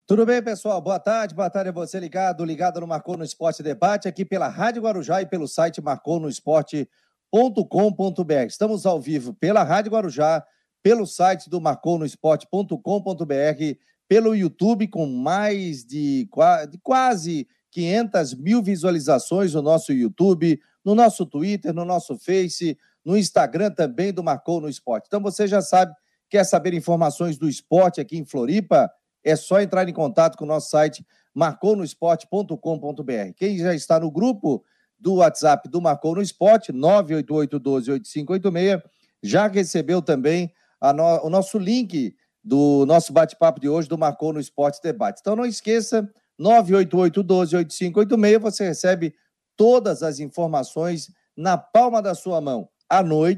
Tudo bem, pessoal? Boa tarde a você ligado no Marcou no Esporte Debate, aqui pela Rádio Guarujá e pelo site marconosport.com.br. Estamos ao vivo pela Rádio Guarujá, pelo site do marconosport.com.br, pelo YouTube com mais de quase 500 mil visualizações no nosso YouTube, no nosso Twitter, no nosso Face, no Instagram também do Marcou no Esporte. Então você já sabe, quer saber informações do esporte aqui em Floripa? É só entrar em contato com o nosso site marconosport.com.br. Quem já está no grupo do WhatsApp do Marcou no Esporte, 988128586, já recebeu também o nosso link do nosso bate-papo de hoje do Marcou no Esporte Debate. Então não esqueça, 988128586, você recebe todas as informações na palma da sua mão, à noite,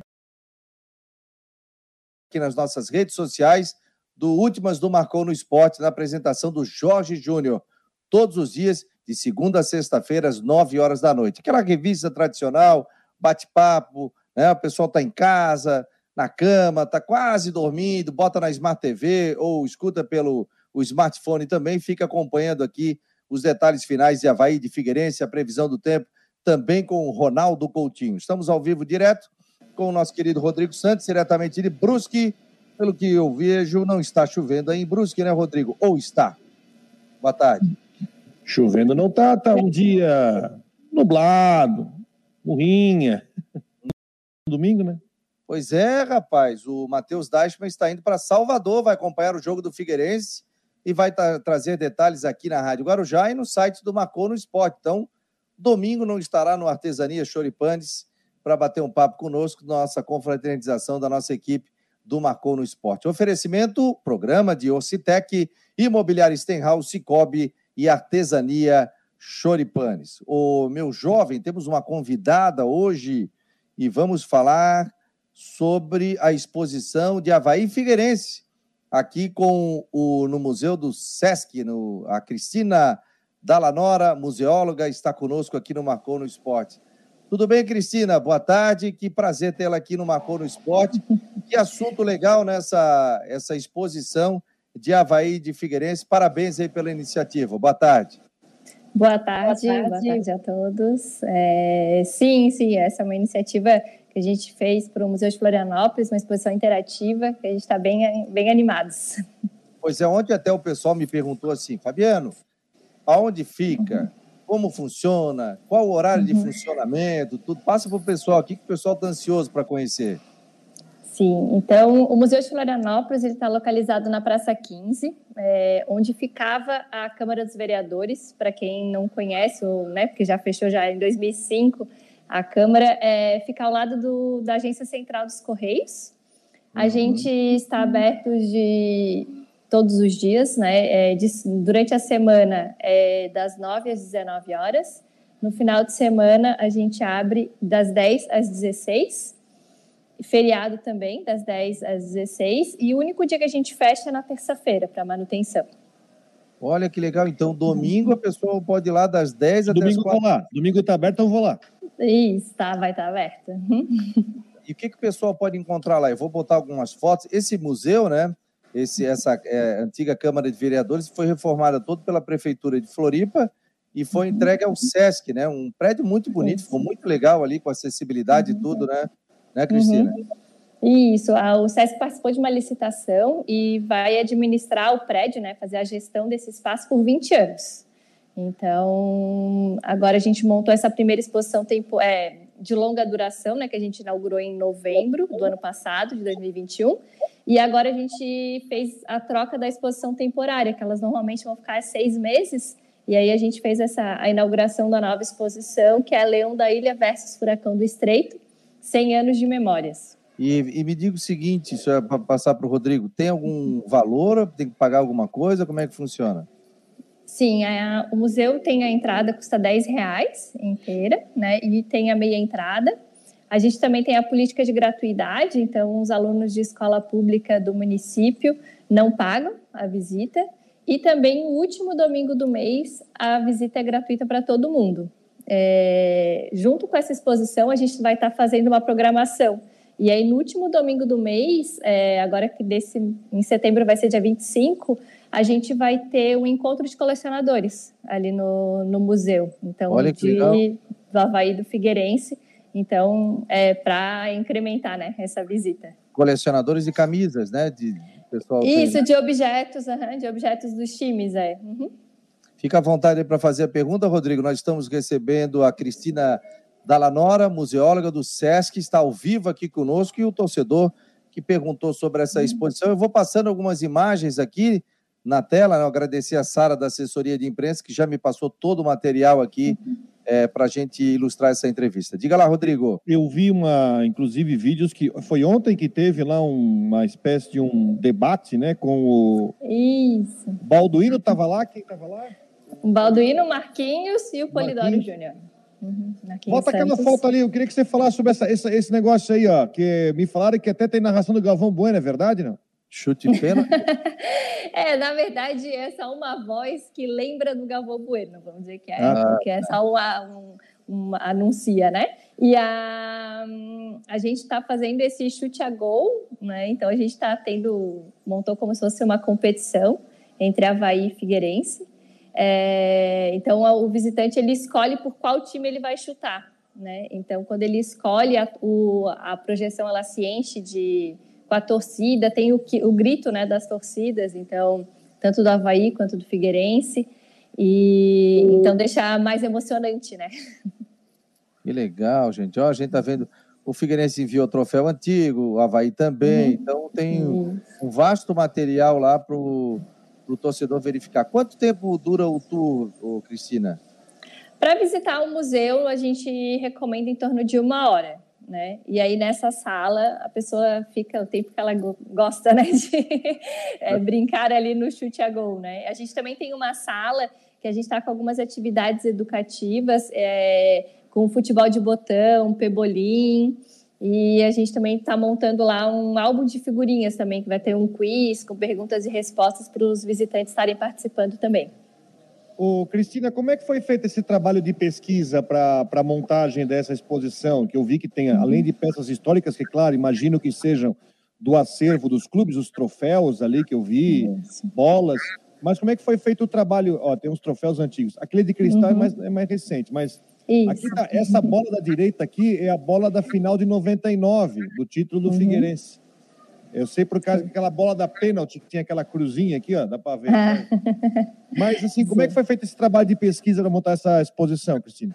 aqui nas nossas redes sociais, do Últimas do Marcou no Esporte, na apresentação do Jorge Júnior, todos os dias, de segunda a sexta-feira, às 9 horas da noite. Aquela revista tradicional, bate-papo, né? O pessoal está em casa, na cama, está quase dormindo, bota na Smart TV ou escuta pelo o smartphone também, fica acompanhando aqui os detalhes finais de Avaí, de Figueirense, a previsão do tempo, também com o Ronaldo Coutinho. Estamos ao vivo direto com o nosso querido Rodrigo Santos, diretamente de Brusque. Pelo que eu vejo, não está chovendo aí em Brusque, né, Rodrigo? Ou está? Boa tarde. Chovendo não tá um dia nublado, burrinha. Domingo, né? Pois é, rapaz, o Matheus Deichmann está indo para Salvador, vai acompanhar o jogo do Figueirense e vai trazer detalhes aqui na Rádio Guarujá e no site do Marcou no Esporte. Então, domingo não estará no Artesania Choripanes para bater um papo conosco, nossa confraternização da nossa equipe do Marcou no Esporte. Oferecimento, programa de Orcitec, Imobiliária Stenhouse, Cicobi e Artesania Choripanes. Ô, meu jovem, temos uma convidada hoje e vamos falar sobre a exposição de Avaí Figueirense, aqui no Museu do Sesc, a Cristina Dallanora, museóloga, está conosco aqui no Marcou no Esporte. Tudo bem, Cristina? Boa tarde, que prazer tê-la aqui no Marcou no Esporte. Que assunto legal nessa exposição de Avaí de Figueirense. Parabéns aí pela iniciativa. Boa tarde. Boa tarde a todos. Sim, essa é uma iniciativa que a gente fez para o Museu de Florianópolis, uma exposição interativa, que a gente está bem animados. Pois é, ontem até o pessoal me perguntou assim, Fabiano, aonde fica? Como funciona? Qual o horário de funcionamento? Tudo passa para o pessoal aqui, que o pessoal está ansioso para conhecer. Sim, então o Museu de Florianópolis está localizado na Praça 15, onde ficava a Câmara dos Vereadores. Para quem não conhece, porque já fechou já em 2005, a Câmara fica ao lado da Agência Central dos Correios. A gente está aberto todos os dias, né? Durante a semana, das 9 às 19 horas. No final de semana, a gente abre das 10 às 16. Feriado também, das 10 às 16. E o único dia que a gente fecha é na terça-feira, para manutenção. Olha que legal. Então, domingo a pessoa pode ir lá das 10 até as 4. Domingo eu vou lá. Domingo está aberto, eu vou lá. Isso, vai estar aberto. E o que o pessoal pode encontrar lá? Eu vou botar algumas fotos. Esse museu, né? Essa antiga Câmara de Vereadores foi reformada toda pela Prefeitura de Floripa e foi entregue ao Sesc, né? Um prédio muito bonito, ficou muito legal ali, com acessibilidade e tudo, né? Né, Cristina? Isso, o Sesc participou de uma licitação e vai administrar o prédio, né? Fazer a gestão desse espaço por 20 anos. Então, agora a gente montou essa primeira exposição de longa duração, né? Que a gente inaugurou em novembro do ano passado, de 2021. E agora a gente fez a troca da exposição temporária, que elas normalmente vão ficar 6 meses. E aí a gente fez a inauguração da nova exposição, que é Leão da Ilha versus Furacão do Estreito, 100 anos de memórias. E me diga o seguinte, isso é para passar para o Rodrigo, tem algum valor? Tem que pagar alguma coisa? Como é que funciona? Sim, o museu tem a entrada, custa R$10 inteira, né? E tem a meia entrada. A gente também tem a política de gratuidade, então os alunos de escola pública do município não pagam a visita. E também, o último domingo do mês, a visita é gratuita para todo mundo. Junto com essa exposição, a gente vai estar fazendo uma programação. E aí, no último domingo do mês, agora que em setembro vai ser dia 25, a gente vai ter um encontro de colecionadores ali no museu. Então, Olha que legal. Do Avaí do Figueirense. Então, para incrementar, né, essa visita. Colecionadores de camisas, né? Pessoal Isso, de objetos dos times, Uhum. Fica à vontade para fazer a pergunta, Rodrigo. Nós estamos recebendo a Cristina Dallanora, museóloga do SESC, está ao vivo aqui conosco, e o torcedor que perguntou sobre essa exposição. Eu vou passando algumas imagens aqui na tela, né? Eu agradecer a Sara da assessoria de imprensa, que já me passou todo o material aqui para a gente ilustrar essa entrevista. Diga lá, Rodrigo. Eu vi inclusive, vídeos que foi ontem que teve lá uma espécie de um debate, né, com o... Isso. Balduino estava lá? Quem estava lá? O Balduino, Marquinhos e o Polidoro Júnior. Bota aquela foto ali, eu queria que você falasse sobre esse negócio aí, ó, que me falaram que até tem narração do Galvão Bueno, é verdade, não? Chute pênalti. Na verdade, é só uma voz que lembra do Galvão Bueno, vamos dizer que porque é só anuncia, né? E a gente está fazendo esse chute a gol, né? Então a gente montou como se fosse uma competição entre Avaí e Figueirense. Então o visitante ele escolhe por qual time ele vai chutar, né? Então quando ele escolhe a projeção, ela se enche com a torcida, tem o grito, né, das torcidas, então tanto do Avaí quanto do Figueirense, e então deixa mais emocionante, né? Que legal, gente. Ó, a gente está vendo, o Figueirense enviou troféu antigo, o Avaí também, então tem um vasto material lá para o torcedor verificar. Quanto tempo dura o tour, Cristina? Para visitar o museu, a gente recomenda em torno de 1 hora, né? E aí, nessa sala, a pessoa fica o tempo que ela gosta, né, de brincar ali no chute a gol, né? A gente também tem uma sala que a gente está com algumas atividades educativas, com futebol de botão, pebolim, e a gente também está montando lá um álbum de figurinhas também, que vai ter um quiz com perguntas e respostas para os visitantes estarem participando também. Cristina, como é que foi feito esse trabalho de pesquisa para a montagem dessa exposição? Que eu vi que tem, além de peças históricas, que, claro, imagino que sejam do acervo dos clubes, os troféus ali que eu vi, bolas. Mas como é que foi feito o trabalho? Ó, tem uns troféus antigos. Aquele de cristal é mais recente, mas aqui tá, essa bola da direita aqui é a bola da final de 99, do título do Figueirense. Eu sei por causa que aquela bola da pênalti, que tinha aquela cruzinha aqui, ó, dá para ver. Mas, assim, como é que foi feito esse trabalho de pesquisa para montar essa exposição, Cristina?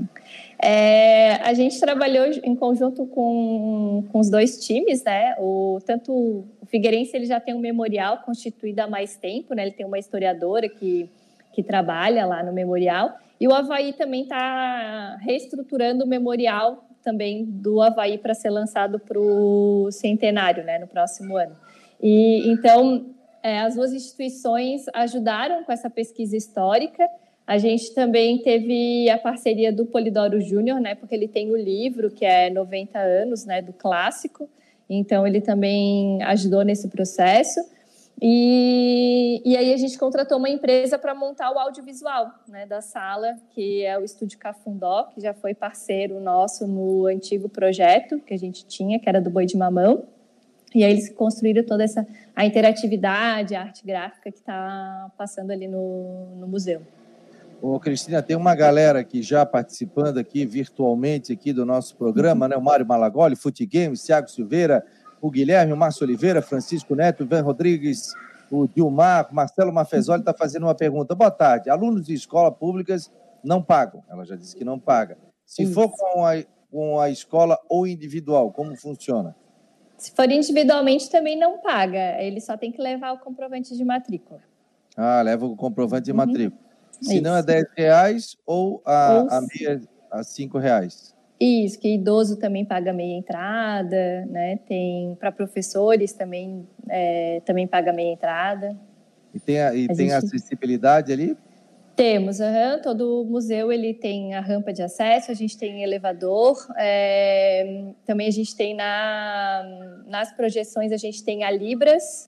A gente trabalhou em conjunto com os dois times, né? Tanto o Figueirense, ele já tem um memorial constituído há mais tempo, né? Ele tem uma historiadora que trabalha lá no memorial. E o Avaí também está reestruturando o memorial também do Avaí para ser lançado para o centenário, né, no próximo ano. E então as duas instituições ajudaram com essa pesquisa histórica. A gente também teve a parceria do Polidoro Júnior, né, porque ele tem o livro que é 90 anos, né, do clássico. Então ele também ajudou nesse processo. E aí a gente contratou uma empresa para montar o audiovisual, né, da sala, que é o Estúdio Cafundó, que já foi parceiro nosso no antigo projeto que a gente tinha, que era do Boi de Mamão. E aí eles construíram toda a interatividade, a arte gráfica que está passando ali no museu. Cristina, tem uma galera aqui já participando aqui virtualmente aqui do nosso programa, né? O Mário Malagoli, Fute Games, Thiago Silveira, o Guilherme, o Márcio Oliveira, Francisco Neto, Ivan Rodrigues, o Dilmar, Marcelo Mafezoli está fazendo uma pergunta. Boa tarde. Alunos de escolas públicas não pagam. Ela já disse que não paga. Se for com a escola ou individual, como funciona? Se for individualmente, também não paga. Ele só tem que levar o comprovante de matrícula. Leva o comprovante de matrícula. Se não é R$10 ou a meia a R$5. Isso, que idoso também paga meia entrada, né? Tem para professores também paga meia entrada. E tem acessibilidade ali? Temos, todo museu ele tem a rampa de acesso, a gente tem elevador, também a gente tem nas projeções, a gente tem a Libras,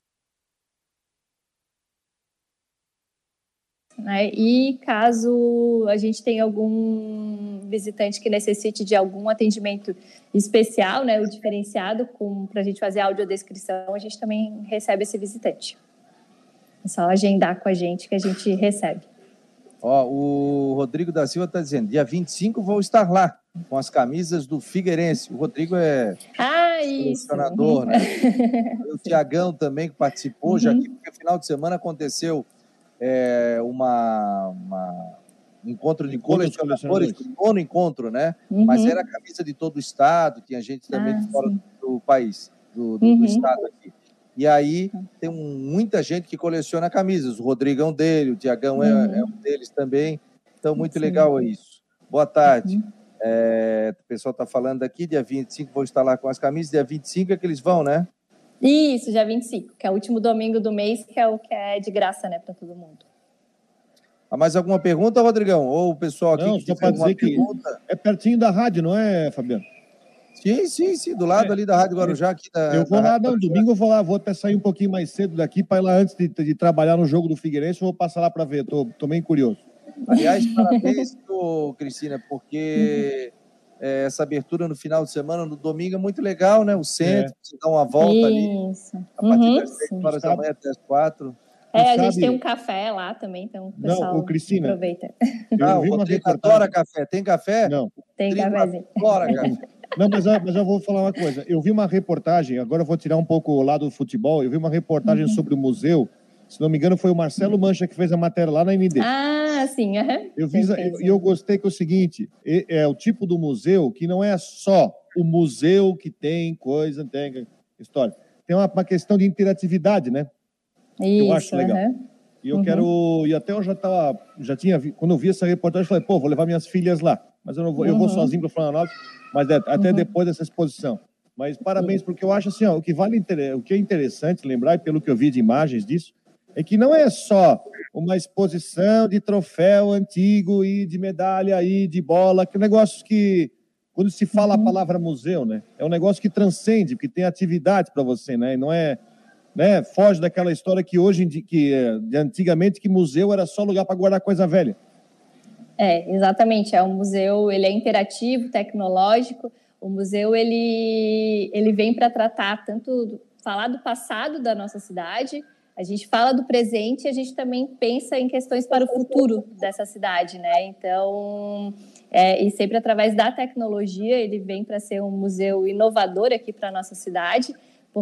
né? E caso a gente tenha algum visitante que necessite de algum atendimento especial, né, o diferenciado, para a gente fazer audiodescrição, a gente também recebe esse visitante. É só agendar com a gente que a gente recebe. Ó, o Rodrigo da Silva está dizendo, dia 25 vou estar lá, com as camisas do Figueirense. O Rodrigo é selecionador, né? O Tiagão também, que participou, já que no final de semana aconteceu um encontro de colecionadores, o nono encontro, né? Mas era a camisa de todo o estado, tinha gente também de fora do país, do estado aqui. E aí tem muita gente que coleciona camisas. O Rodrigão dele, o Tiagão é um deles também. Então, muito legal isso. Boa tarde. O pessoal está falando aqui, dia 25 vou estar lá com as camisas. Dia 25 é que eles vão, né? Isso, dia 25, que é o último domingo do mês, que é o que é de graça, né, para todo mundo. Há mais alguma pergunta, Rodrigão? Ou o pessoal aqui que tem alguma pergunta? É pertinho da rádio, não é, Fabiano? Sim, do lado ali da Rádio Guarujá. Aqui eu vou lá, domingo eu vou lá, vou até sair um pouquinho mais cedo daqui para ir lá antes de trabalhar no jogo do Figueirense, eu vou passar lá para ver, tô bem curioso. Aliás, parabéns, Cristina, porque essa abertura no final de semana, no domingo, é muito legal, né? O centro, você dá uma volta ali, a partir das 6 horas da manhã até as 4. A gente tem um café lá também, então o pessoal Cristina, aproveita. O Rodrigo adora café. Tem café? Não. Tem cafezinho. Adora café. Não, mas eu vou falar uma coisa. Eu vi uma reportagem, agora eu vou tirar um pouco o lado do futebol, eu vi uma reportagem sobre o museu, se não me engano foi o Marcelo Mancha que fez a matéria lá na ND. Ah, sim. Eu gostei que é o seguinte, é o tipo do museu que não é só o museu que tem coisa, tem história. Tem uma questão de interatividade, né? Isso, eu acho legal. E eu quero... E até eu já tinha... Quando eu vi essa reportagem, eu falei, vou levar minhas filhas lá. Mas eu não vou, eu vou sozinho para Florianópolis, mas até depois dessa exposição. Mas parabéns, porque eu acho assim, o que é interessante lembrar, e pelo que eu vi de imagens disso, é que não é só uma exposição de troféu antigo e de medalha e de bola, que negócio que, quando se fala a palavra museu, né, é um negócio que transcende, porque tem atividade para você, né, e não é, né, foge daquela história que hoje, de antigamente, que museu era só lugar para guardar coisa velha. Exatamente. É um museu, ele é interativo, tecnológico. O museu, ele vem para tratar falar do passado da nossa cidade, a gente fala do presente e a gente também pensa em questões para o futuro dessa cidade, né? Então, e sempre através da tecnologia, ele vem para ser um museu inovador aqui para a nossa cidade,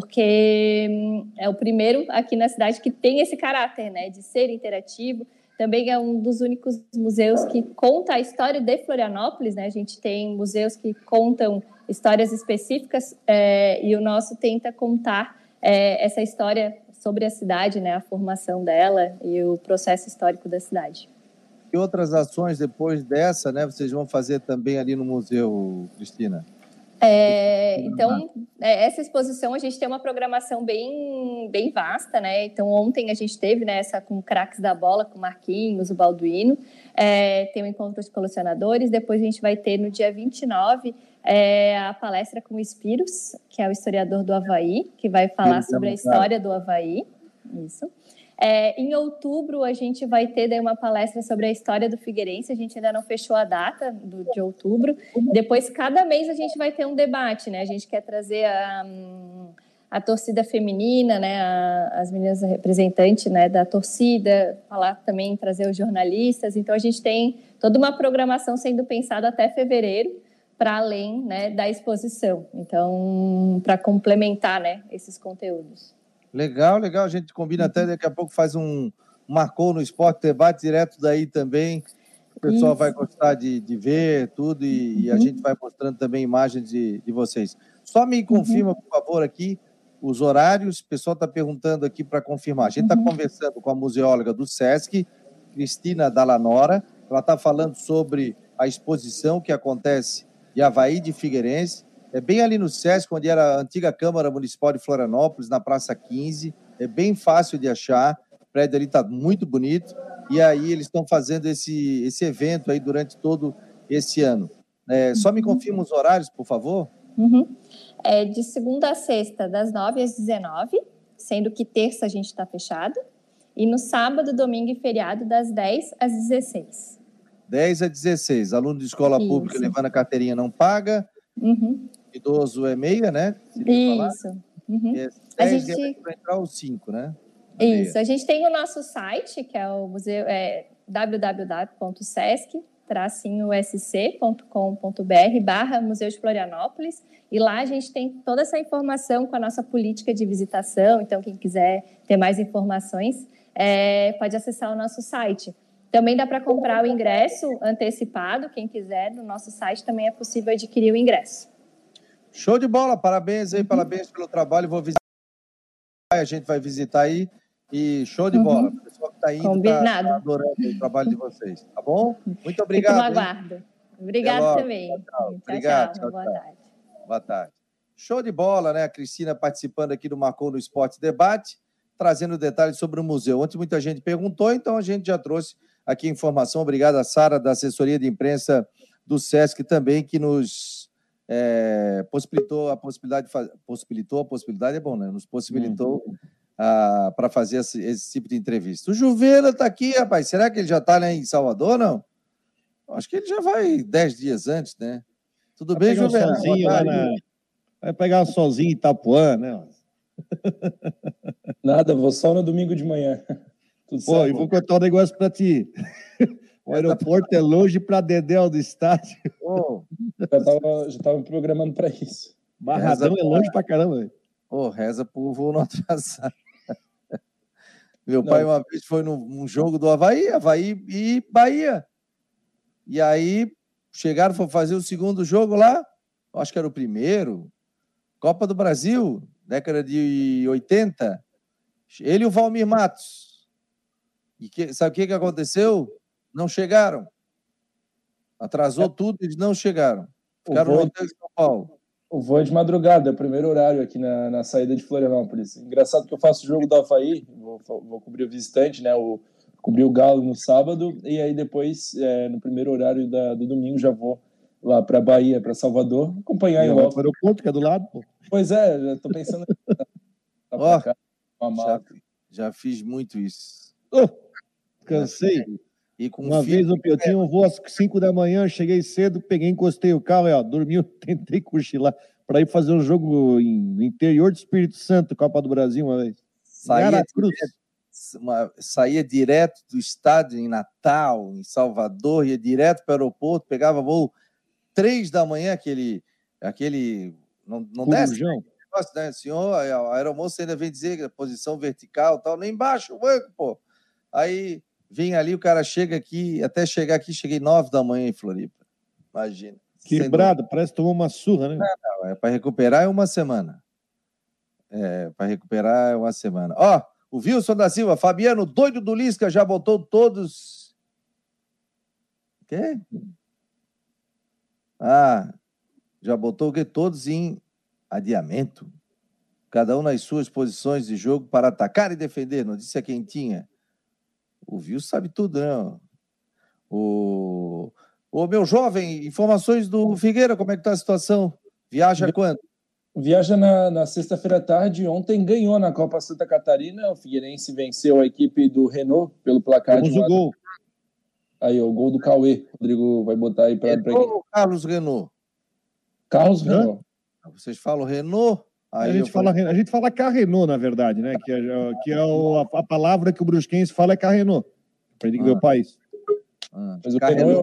porque é o primeiro aqui na cidade que tem esse caráter, né, de ser interativo. Também é um dos únicos museus que conta a história de Florianópolis, né? A gente tem museus que contam histórias específicas e o nosso tenta contar essa história sobre a cidade, né? A formação dela e o processo histórico da cidade. E outras ações depois dessa, né? Vocês vão fazer também ali no museu, Cristina? Então, essa exposição, a gente tem uma programação bem vasta, né? Então, ontem a gente teve, né, essa com craques da bola, com o Marquinhos, o Balduino, tem o encontro de colecionadores, depois a gente vai ter no dia 29 a palestra com o Spiros, que é o historiador do Havaí, que vai falar sobre a história do Havaí, isso. Em outubro, a gente vai ter daí uma palestra sobre a história do Figueirense. A gente ainda não fechou a data de outubro. Depois, cada mês, a gente vai ter um debate, né? A gente quer trazer a torcida feminina, né? As meninas representantes, né, da torcida, falar também, trazer os jornalistas. Então, a gente tem toda uma programação sendo pensada até fevereiro, para além, né, da exposição. Então, para complementar, né, esses conteúdos. Legal. A gente combina até daqui a pouco, faz um Marcou no Esporte Debate direto daí também. O pessoal vai gostar de ver tudo e a gente vai mostrando também imagens de vocês. Só me confirma, por favor, aqui os horários. O pessoal está perguntando aqui para confirmar. A gente está conversando com a museóloga do SESC, Cristina Dallanora. Ela está falando sobre a exposição que acontece de Havaí de Figueirense. É bem ali no SESC, onde era a antiga Câmara Municipal de Florianópolis, na Praça 15. É bem fácil de achar. O prédio ali está muito bonito. E aí eles estão fazendo esse evento aí durante todo esse ano. Só me confirma os horários, por favor. De segunda a sexta, das 9 às 19, sendo que terça a gente está fechado. E no sábado, domingo e feriado, das 10 às 16. 10 a 16. Aluno de escola pública levando a carteirinha não paga. Idoso é meia, né? Isso. E 10 para entrar os 5, né? Isso, a gente tem o nosso site, que é o museu, www.sesc-usc.com.br/Museu de Florianópolis, e lá a gente tem toda essa informação com a nossa política de visitação, então quem quiser ter mais informações pode acessar o nosso site. Também dá para comprar o ingresso antecipado, quem quiser, no nosso site também é possível adquirir o ingresso. Show de bola, parabéns aí, parabéns pelo trabalho, vou visitar, a gente vai visitar aí, e show de bola, o pessoal que está indo está adorando o trabalho de vocês, tá bom? Muito obrigado. Fico no aguardo. Obrigado também. Tchau. Obrigado. Tchau. Boa tarde. Boa tarde. Show de bola, né? A Cristina participando aqui do Marcou no Esporte Debate, trazendo detalhes sobre o museu. Ontem muita gente perguntou, então a gente já trouxe aqui a informação. Obrigado a Sara, da assessoria de imprensa do SESC também, que nos possibilitou a possibilidade de fazer. Possibilitou a possibilidade, é bom, né? Nos possibilitou para fazer esse tipo de entrevista. O Juvena está aqui, rapaz. Será que ele já está, né, em Salvador, não? Acho que ele já vai 10 dias antes, né? Tudo bem, Juvena? Vai pegar sozinho em Itapuã, né? Nada, vou só no domingo de manhã. Pô, e vou contar um negócio pra ti. O aeroporto é longe pra dedéu do estádio. Oh. Já tava me programando pra isso. Barradão é longe pra caramba, velho. Reza pro voo não atrasar. Meu pai uma vez foi num jogo do Avaí e Bahia. E aí chegaram, foram fazer o segundo jogo lá, acho que era o primeiro, Copa do Brasil, década de 80. Ele e o Valmir Matos. E sabe o que aconteceu? Não chegaram. Atrasou tudo e eles não chegaram. Ficaram no hotel de São Paulo. O voo é de madrugada, é o primeiro horário aqui na saída de Florianópolis. Engraçado que eu faço o jogo do Avaí, vou cobrir o visitante, né? Cobri o Galo no sábado, e aí depois, no primeiro horário do domingo, já vou lá para Bahia, para Salvador, acompanhar em loco. O aeroporto que é do lado, pô. Pois é, já tô pensando já fiz muito isso. Cansei. E com uma vez eu tinha um voo às 5 da manhã, cheguei cedo, peguei, encostei o carro, dormi, tentei cochilar para ir fazer um jogo no interior do Espírito Santo, Copa do Brasil, uma vez. Saía direto do estádio em Natal, em Salvador, ia direto para o aeroporto, pegava voo 3 da manhã, aquele não desce, né? Senhor, a aeromoça ainda vem dizer que a posição vertical, tal, nem embaixo o banco, pô. Aí vinha ali, o cara chega aqui, até chegar aqui, cheguei 9 da manhã em Floripa. Imagina. Quebrado, parece que tomou uma surra, né? Não, para recuperar é uma semana. Para recuperar é uma semana. Ó, o Wilson da Silva, Fabiano, doido do Lisca, já botou todos... O quê? Já botou o quê? Todos em adiamento. Cada um nas suas posições de jogo para atacar e defender. Não disse a quem tinha. O Wilson sabe tudo, né? O meu jovem, informações do Figueira, como é que está a situação? Viaja quando? Viaja na sexta-feira à tarde. Ontem ganhou na Copa Santa Catarina. O Figueirense venceu a equipe do Renault pelo placar de 1 a 0. Gol. Aí, o gol do Cauê. O Rodrigo vai botar aí para ou Carlos Renault? Carlos Renault. Vocês falam Renault? Aí a gente fala Carrenault, na verdade, né? Que é a palavra que o brusquense fala é Carrenault. Aprendi com meu pai. Mas o Carrenault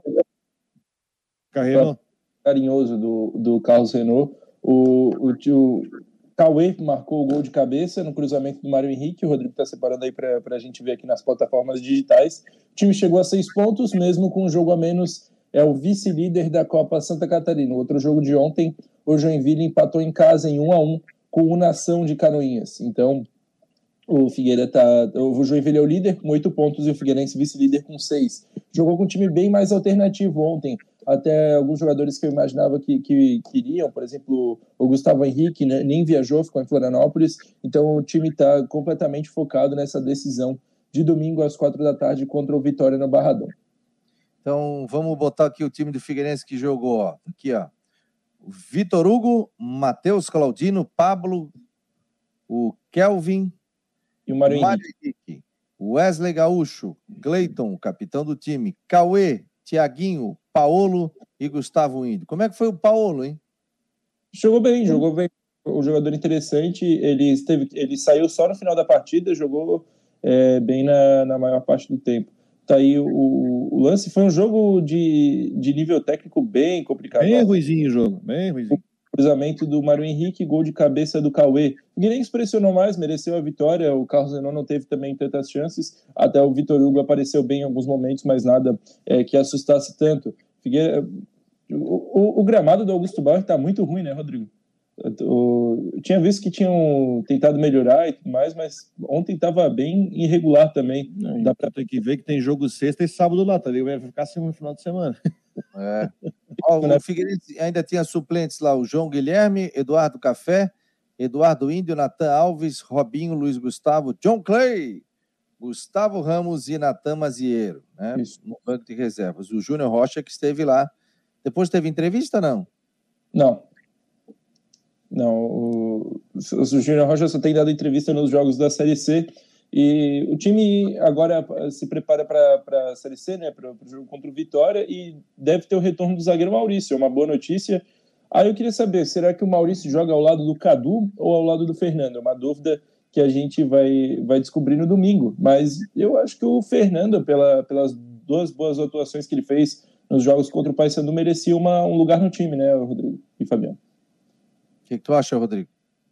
carinhoso do Carlos Renault. O Cauê marcou o gol de cabeça no cruzamento do Mário Henrique. O Rodrigo está separando aí para a gente ver aqui nas plataformas digitais. O time chegou a 6 pontos, mesmo com um jogo a menos. É o vice-líder da Copa Santa Catarina. O outro jogo de ontem, o Joinville empatou em casa em 1 a 1 com o Nação de Canoinhas. Então, o Joinville é o líder com 8 pontos e o Figueirense vice-líder com 6. Jogou com um time bem mais alternativo ontem. Até alguns jogadores que eu imaginava que iriam, por exemplo, o Gustavo Henrique, né, nem viajou, ficou em Florianópolis. Então, o time está completamente focado nessa decisão de domingo às 4 da tarde contra o Vitória no Barradão. Então, vamos botar aqui o time do Figueirense que jogou, ó. Aqui, ó. Vitor Hugo, Matheus Claudino, Pablo, o Kelvin e o Mário Henrique, Wesley Gaúcho, Cleiton, capitão do time, Cauê, Tiaguinho, Paolo e Gustavo Índio. Como é que foi o Paolo, hein? Jogou bem. Um jogador interessante. Ele saiu só no final da partida, jogou bem na maior parte do tempo. Tá aí o lance. Foi um jogo de nível técnico bem complicado. Bem ruizinho o jogo, bem ruizinho. Cruzamento do Mário Henrique, gol de cabeça do Cauê. O Guilherme pressionou mais, mereceu a vitória. O Carlos Renault não teve também tantas chances. Até o Vitor Hugo apareceu bem em alguns momentos, mas nada que assustasse tanto. O gramado do Augusto Bauer está muito ruim, né, Rodrigo? Eu tinha visto que tinham tentado melhorar e tudo mais, mas ontem estava bem irregular também. Dá para ter que ver que tem jogo sexta e sábado lá, tá? Vai ficar assim no final de semana. O Figueirense ainda tinha suplentes lá, o João Guilherme, Eduardo Café, Eduardo Índio, Natan Alves, Robinho, Luiz Gustavo, John Clay, Gustavo Ramos e Natan Mazieiro, né? No banco de reservas. O Júnior Rocha que esteve lá. Depois teve entrevista, não? Não, o Júnior Rocha só tem dado entrevista nos jogos da Série C. E o time agora se prepara para a Série C, né, para o jogo contra o Vitória, e deve ter o retorno do zagueiro Maurício. É uma boa notícia. Aí eu queria saber, será que o Maurício joga ao lado do Cadu ou ao lado do Fernando? É uma dúvida que a gente vai descobrir no domingo. Mas eu acho que o Fernando, pelas duas boas atuações que ele fez nos jogos contra o Paysandu, merecia um lugar no time, né, Rodrigo e Fabiano? O que tu acha, Rodrigo?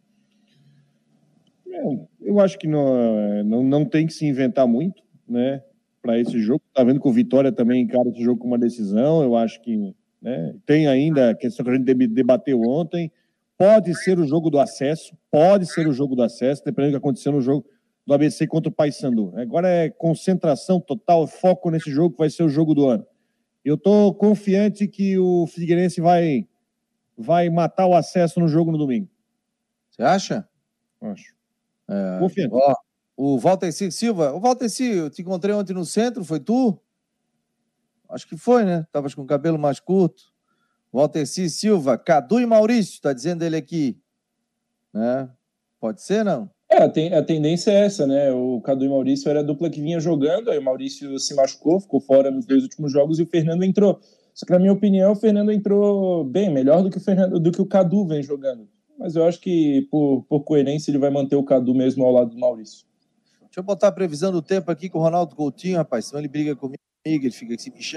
Eu acho que não tem que se inventar muito, né, para esse jogo. Tá vendo que o Vitória também encara esse jogo com uma decisão. Eu acho que, né, tem ainda a questão que a gente debateu ontem. Pode ser o jogo do acesso, dependendo do que aconteceu no jogo do ABC contra o Paysandu. Agora é concentração total, foco nesse jogo que vai ser o jogo do ano. Eu estou confiante que o Figueirense vai matar o acesso no jogo no domingo. Você acha? Acho. Confiante. O Valteci Silva. O Valteci, eu te encontrei ontem no centro, foi tu? Acho que foi, né? Estavas com o cabelo mais curto. Valteci Silva, Cadu e Maurício, tá dizendo ele aqui. Né? Pode ser, não? A tendência é essa, né? O Cadu e Maurício era a dupla que vinha jogando, aí o Maurício se machucou, ficou fora nos 2 últimos jogos e o Fernando entrou. Só que, na minha opinião, o Fernando entrou bem, melhor do que o Cadu vem jogando. Mas eu acho que, por coerência, ele vai manter o Cadu mesmo ao lado do Maurício. Deixa eu botar a previsão do tempo aqui com o Ronaldo Coutinho, rapaz. Senão ele briga comigo, ele fica assim, me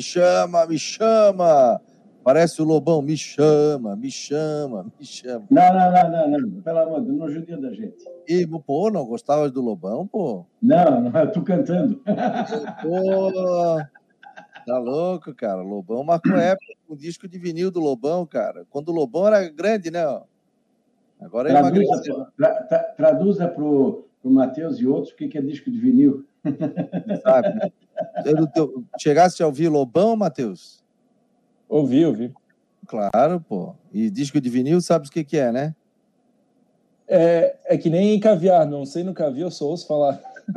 chama. Parece o Lobão, me chama. Não. Pelo amor de Deus, não judia da gente. E, pô, não gostavas do Lobão, pô? Não, eu tô cantando. Pô, tá louco, cara. O Lobão marcou época com o disco de vinil do Lobão, cara. Quando o Lobão era grande, né? Agora ele emagreceu. Traduza pro Matheus e outros o que é disco de vinil. Sabe, né? Chegasse a ouvir Lobão, Matheus? Ouvi. Claro, pô. E disco de vinil, sabe o que é, né? É que nem caviar, não sei no caviar, eu só ouço falar.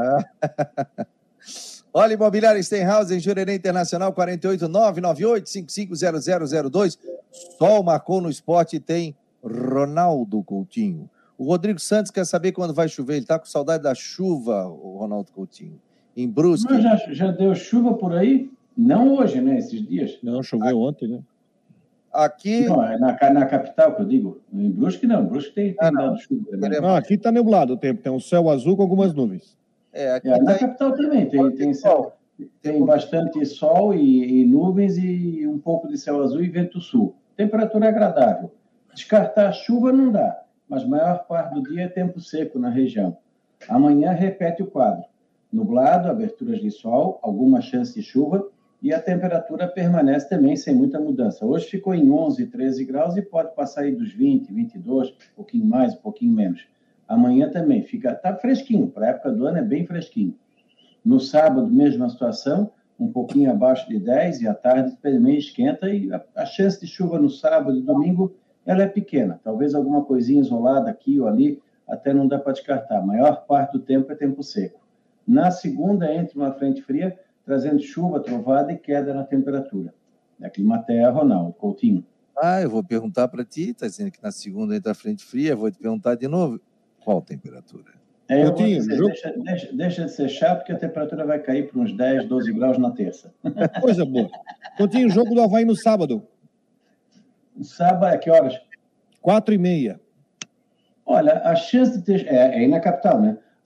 Olha, Imobiliária Stenhouse, em Jurerê Internacional, 48998-550002. Sol marcou no esporte e tem Ronaldo Coutinho. O Rodrigo Santos quer saber quando vai chover. Ele está com saudade da chuva, o Ronaldo Coutinho. Em Brusque. Mas já deu chuva por aí? Não hoje, né? Esses dias. Não, choveu ontem, né? Aqui... Não, é na capital que eu digo. Em Brusque não. Brusque tem dado chuva. Né? Não, aqui está nublado o tempo. Tem um céu azul com algumas nuvens. Na capital também. Tem céu. Tem bastante sol e nuvens e um pouco de céu azul e vento sul. Temperatura agradável. Descartar a chuva não dá, mas a maior parte do dia é tempo seco na região. Amanhã repete o quadro. Nublado, aberturas de sol, alguma chance de chuva e a temperatura permanece também sem muita mudança. Hoje ficou em 11, 13 graus e pode passar aí dos 20, 22, um pouquinho mais, um pouquinho menos. Amanhã também tá fresquinho, para a época do ano é bem fresquinho. No sábado, mesma situação, um pouquinho abaixo de 10 e à tarde também esquenta e a chance de chuva no sábado e domingo ela é pequena, talvez alguma coisinha isolada aqui ou ali, até não dá para descartar. A maior parte do tempo é tempo seco. Na segunda, entra uma frente fria, trazendo chuva, trovada e queda na temperatura. Da Climaterra, Ronaldo Coutinho. Eu vou perguntar para ti, está dizendo que na segunda entra a frente fria, vou te perguntar de novo, qual temperatura? Coutinho, deixa de ser chato, que a temperatura vai cair para uns 10, 12 graus na terça. Coisa boa. Coutinho, jogo do Avaí no sábado. Sábado, a que horas? 4h30. Olha, a chance de ter... É aí na capital, né?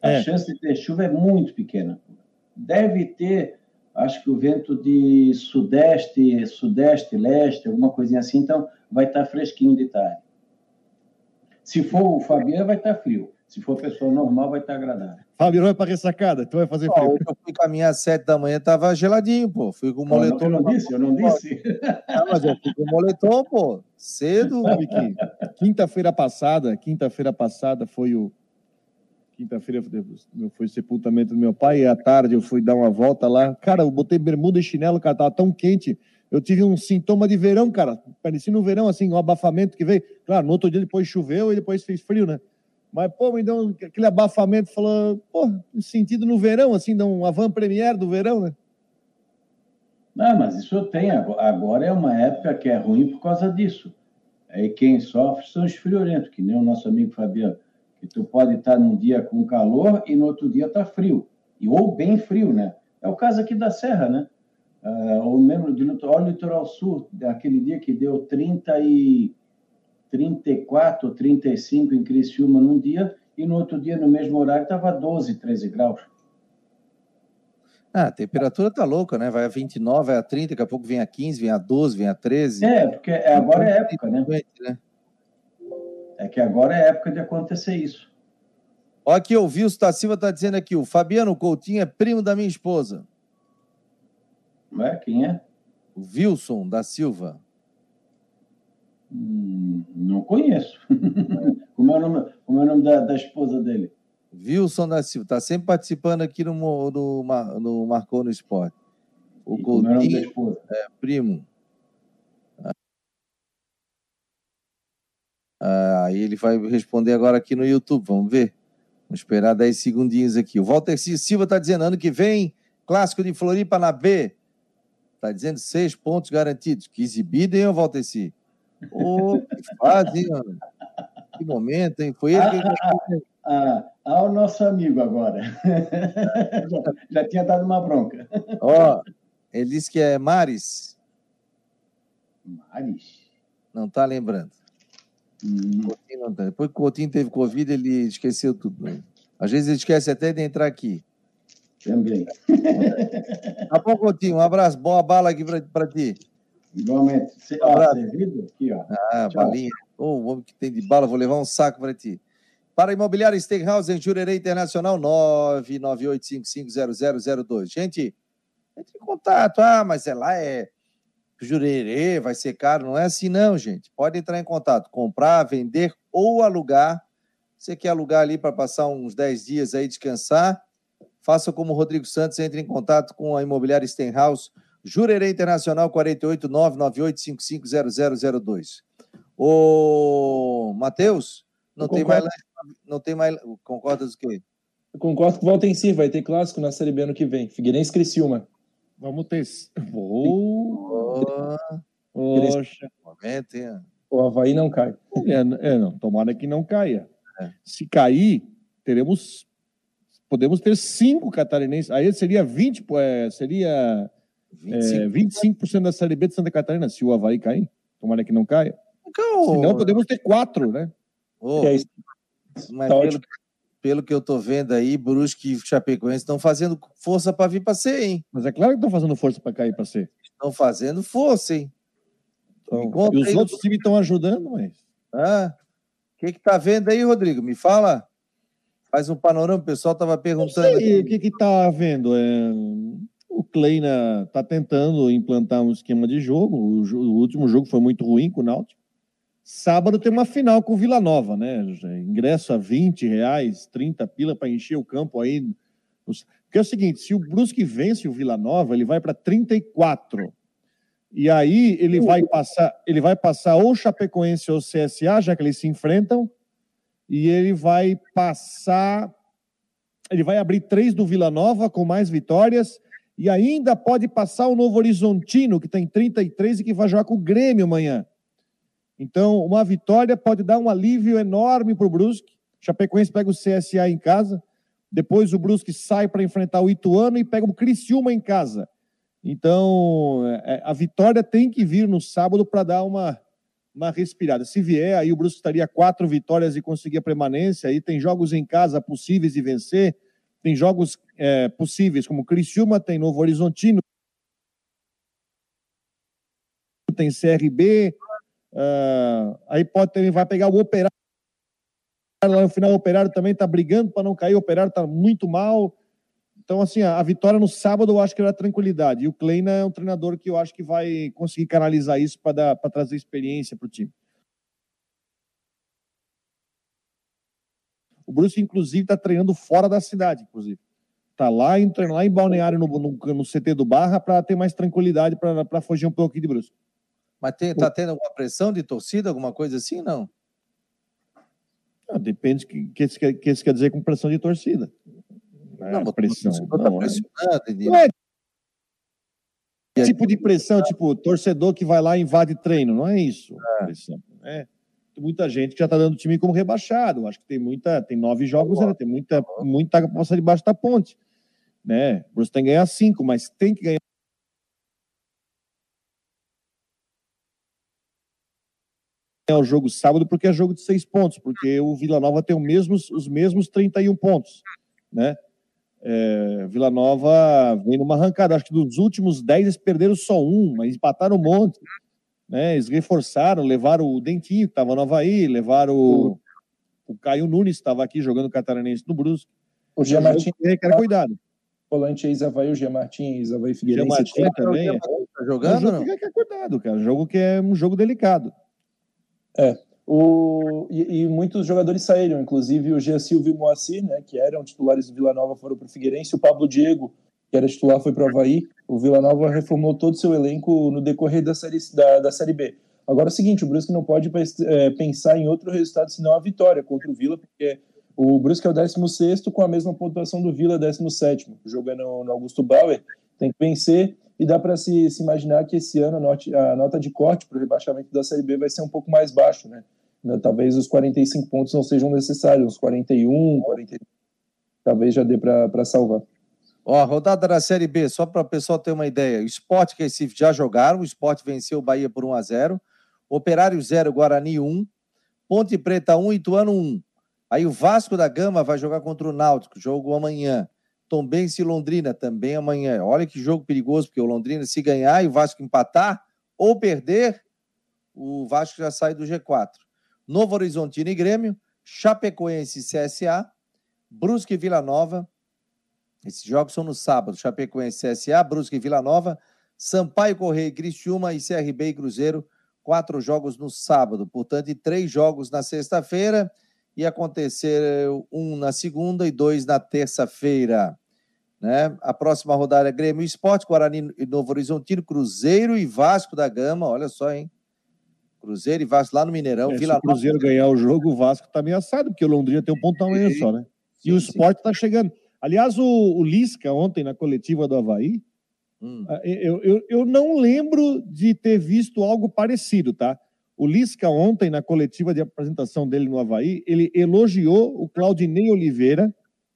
A chance de ter chuva é muito pequena. Deve ter, acho que o vento de sudeste, leste, alguma coisinha assim, então vai estar fresquinho de tarde. Se for o Fabiano, vai estar frio. Se for pessoa normal, vai estar agradável. Fabiano vai para ressacada, então vai fazer frio. Eu fui caminhar às 7 da manhã, tava geladinho, pô. Fui com o moletom. Eu não disse. Não, mas eu fui com o moletom, pô. Cedo. Sabe que quinta-feira passada foi o sepultamento do meu pai, e à tarde eu fui dar uma volta lá. Cara, eu botei bermuda e chinelo, cara, tava tão quente. Eu tive um sintoma de verão, cara. Parecia no verão, assim, um abafamento que veio. Claro, no outro dia depois choveu e depois fez frio, né? Mas, pô, me deu aquele abafamento, falou, pô, sentido no verão, assim, dá um avant-première do verão, né? Não, mas isso tem. Agora é uma época que é ruim por causa disso. Aí quem sofre são os friorentos, que nem o nosso amigo Fabiano. Que tu pode estar num dia com calor e no outro dia tá frio. Ou bem frio, né? É o caso aqui da Serra, né? Ou mesmo olha o litoral sul, aquele dia que deu 34, 35 em Criciúma num dia, e no outro dia, no mesmo horário, estava 12, 13 graus. A temperatura tá louca, né? Vai a 29, vai a 30, daqui a pouco vem a 15, vem a 12, vem a 13. Porque agora é época, né? É que agora é época de acontecer isso. Olha aqui, o Wilson da Silva está dizendo aqui, o Fabiano Coutinho é primo da minha esposa. Quem é? O Wilson da Silva. Não conheço. Como é o nome da esposa dele? Wilson da Silva, está sempre participando aqui no Marcou no Esporte. O Coutinho como é o nome da esposa? É primo. Aí ele vai responder agora aqui no YouTube, vamos ver. Vamos esperar 10 segundinhos aqui. O Walter Silva está dizendo, ano que vem, clássico de Floripa na B. Está dizendo 6 pontos garantidos. Que exibido, hein, Walter Silva? Que fase, hein, mano? Que momento, hein? Foi ele que... o nosso amigo agora. já tinha dado uma bronca. Ele disse que é Maris. Maris? Não está lembrando. Coutinho não tá. Depois que o Coutinho teve Covid, ele esqueceu tudo. Né? Às vezes ele esquece até de entrar aqui. Também. Tá bom, Coutinho. Um abraço. Boa bala aqui para ti. Igualmente. Servido? Aqui, ó. Balinha. O homem que tem de bala, vou levar um saco para ti. Para Imobiliária Steakhouse em Jurerê Internacional, 998550002. Gente, entre em contato. Mas lá é Jurerê, vai ser caro. Não é assim não, gente. Pode entrar em contato. Comprar, vender ou alugar. Você quer alugar ali para passar uns 10 dias aí, descansar? Faça como o Rodrigo Santos, entre em contato com a Imobiliária Steakhouse, Jurerê Internacional, 489-9855-0002. Ô, Matheus, não tem mais... Concordas o quê? Eu concordo que volta em si, vai ter clássico na Série B ano que vem. Figueirense Criciúma. Vamos ter... Poxa. Momento, hein? O Avaí não cai. Não, tomara que não caia. Se cair, podemos ter 5 catarinenses. Aí seria 25% da Série B de Santa Catarina, se o Avaí cair. Tomara que não caia. Senão podemos ter 4, né? Mas pelo que eu tô vendo aí, Brusque e Chapecoense estão fazendo força para vir para C, hein? Mas é claro que estão fazendo força para cair para C. Estão fazendo força, hein? Então, e os outros times estão ajudando, mas... O que tá vendo aí, Rodrigo? Me fala. Faz um panorama, o pessoal estava perguntando. Não sei, o que tá vendo? O Kleina está tentando implantar um esquema de jogo. O último jogo foi muito ruim com o Náutico. Sábado tem uma final com o Vila Nova, né? Ingresso a R$20, 30 pila para encher o campo aí. Porque é o seguinte, se o Brusque vence o Vila Nova, ele vai para 34. E aí ele vai passar ou Chapecoense ou CSA, já que eles se enfrentam, e ele vai abrir 3 do Vila Nova com mais vitórias, e ainda pode passar o Novo Horizontino, que tem 33 e que vai jogar com o Grêmio amanhã. Então, uma vitória pode dar um alívio enorme para o Brusque. Chapecoense pega o CSA em casa, depois o Brusque sai para enfrentar o Ituano e pega o Criciúma em casa. Então, a vitória tem que vir no sábado para dar uma uma respirada. Se vier, aí o Brusque estaria 4 vitórias e conseguir a permanência. Aí tem jogos em casa possíveis de vencer, tem jogos possíveis, como Criciúma, tem Novo Horizontino, tem CRB, aí vai pegar o Operário, lá no final o Operário também está brigando para não cair, o Operário está muito mal. Então, assim, a vitória no sábado eu acho que era tranquilidade. E o Kleina é um treinador que eu acho que vai conseguir canalizar isso para trazer experiência para o time. O Brusque, inclusive, está treinando fora da cidade, inclusive. Está lá treinando lá em Balneário, no CT do Barra, para ter mais tranquilidade, para fugir um pouquinho de Brusque. Mas está tendo alguma pressão de torcida, alguma coisa assim, não? Depende do que isso quer dizer com pressão de torcida. Não, pressão. Não é tipo de pressão, tipo torcedor que vai lá e invade treino, não é isso. Pressão, né? Tem muita gente que já está dando o time como rebaixado. Acho que tem 9 jogos, né? Tem muita água para passar debaixo da ponte, né? O Brusque tem que ganhar 5, mas tem que ganhar o jogo sábado porque é jogo de 6 pontos, porque o Vila Nova tem os mesmos 31 pontos, né? Vila Nova vem numa arrancada. Acho que dos últimos 10 eles perderam só 1, mas empataram um monte, né? Eles reforçaram, levaram o Dentinho, que estava no Avaí, levaram o Caio Nunes, que estava aqui jogando Catarinense no Brusque. O Jean Martin requer cuidado. Volante ex-Avaí, o Jean Martin, ex-Avaí Figueirense. Jean Martin também. Tá jogando, é um jogo que requer cuidado, cara. É um jogo delicado. E muitos jogadores saíram, inclusive o Jean Silva e o Moacir, né, que eram titulares do Vila Nova, foram para o Figueirense. O Pablo Diego, que era titular, foi para o Avaí. O Vila Nova reformou todo o seu elenco no decorrer da Série B. Agora é o seguinte, o Brusque não pode pensar em outro resultado senão a vitória contra o Vila, porque o Brusque é o 16º com a mesma pontuação do Vila, 17º. O jogo é no Augusto Bauer, tem que vencer, e dá para se imaginar que esse ano a nota de corte para o rebaixamento da Série B vai ser um pouco mais baixo, né? Talvez os 45 pontos não sejam necessários, uns 41, 42, talvez já dê para salvar. A rodada da Série B, só para o pessoal ter uma ideia, o Sport e Recife já jogaram, o Sport venceu o Bahia por 1-0, Operário 0, Guarani 1, Ponte Preta 1, Ituano 1. Aí o Vasco da Gama vai jogar contra o Náutico, jogo amanhã. Tombense e Londrina também amanhã. Olha que jogo perigoso, porque o Londrina, se ganhar e o Vasco empatar ou perder, o Vasco já sai do G4. Novo Horizontino e Grêmio, Chapecoense e CSA, Brusque e Vila Nova. Esses jogos são no sábado. Chapecoense e CSA, Brusque e Vila Nova, Sampaio Correia e Criciúma e CRB e Cruzeiro. 4 jogos no sábado. Portanto, e 3 jogos na sexta-feira. E acontecer 1 na segunda e 2 na terça-feira, né? A próxima rodada é Grêmio e Sport, Guarani e Novo Horizontino, Cruzeiro e Vasco da Gama, olha só, hein? Cruzeiro e Vasco lá no Mineirão. Se o Cruzeiro ganhar o jogo, o Vasco está ameaçado, porque o Londrina tem um ponto amanhã só, né? E o Sport está chegando. Aliás, o Lisca, ontem, na coletiva do Avaí, eu não lembro de ter visto algo parecido, tá? O Lisca, ontem, na coletiva de apresentação dele no Avaí, ele elogiou o Claudinei Oliveira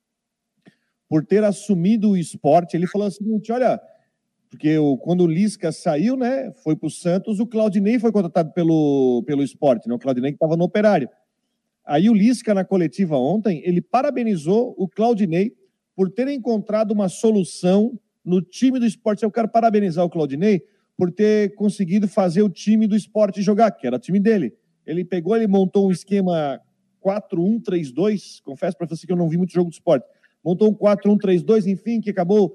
por ter assumido o Sport. Ele falou o seguinte, olha, porque quando o Lisca saiu, né, foi para o Santos, o Claudinei foi contratado pelo Sport, né, o Claudinei que estava no Operário. Aí o Lisca, na coletiva ontem, ele parabenizou o Claudinei por ter encontrado uma solução no time do Sport. Eu quero parabenizar o Claudinei por ter conseguido fazer o time do Sport jogar, que era o time dele. Ele montou um esquema 4-1-3-2, confesso para você que eu não vi muito jogo do Sport, montou um 4-1-3-2, enfim, que acabou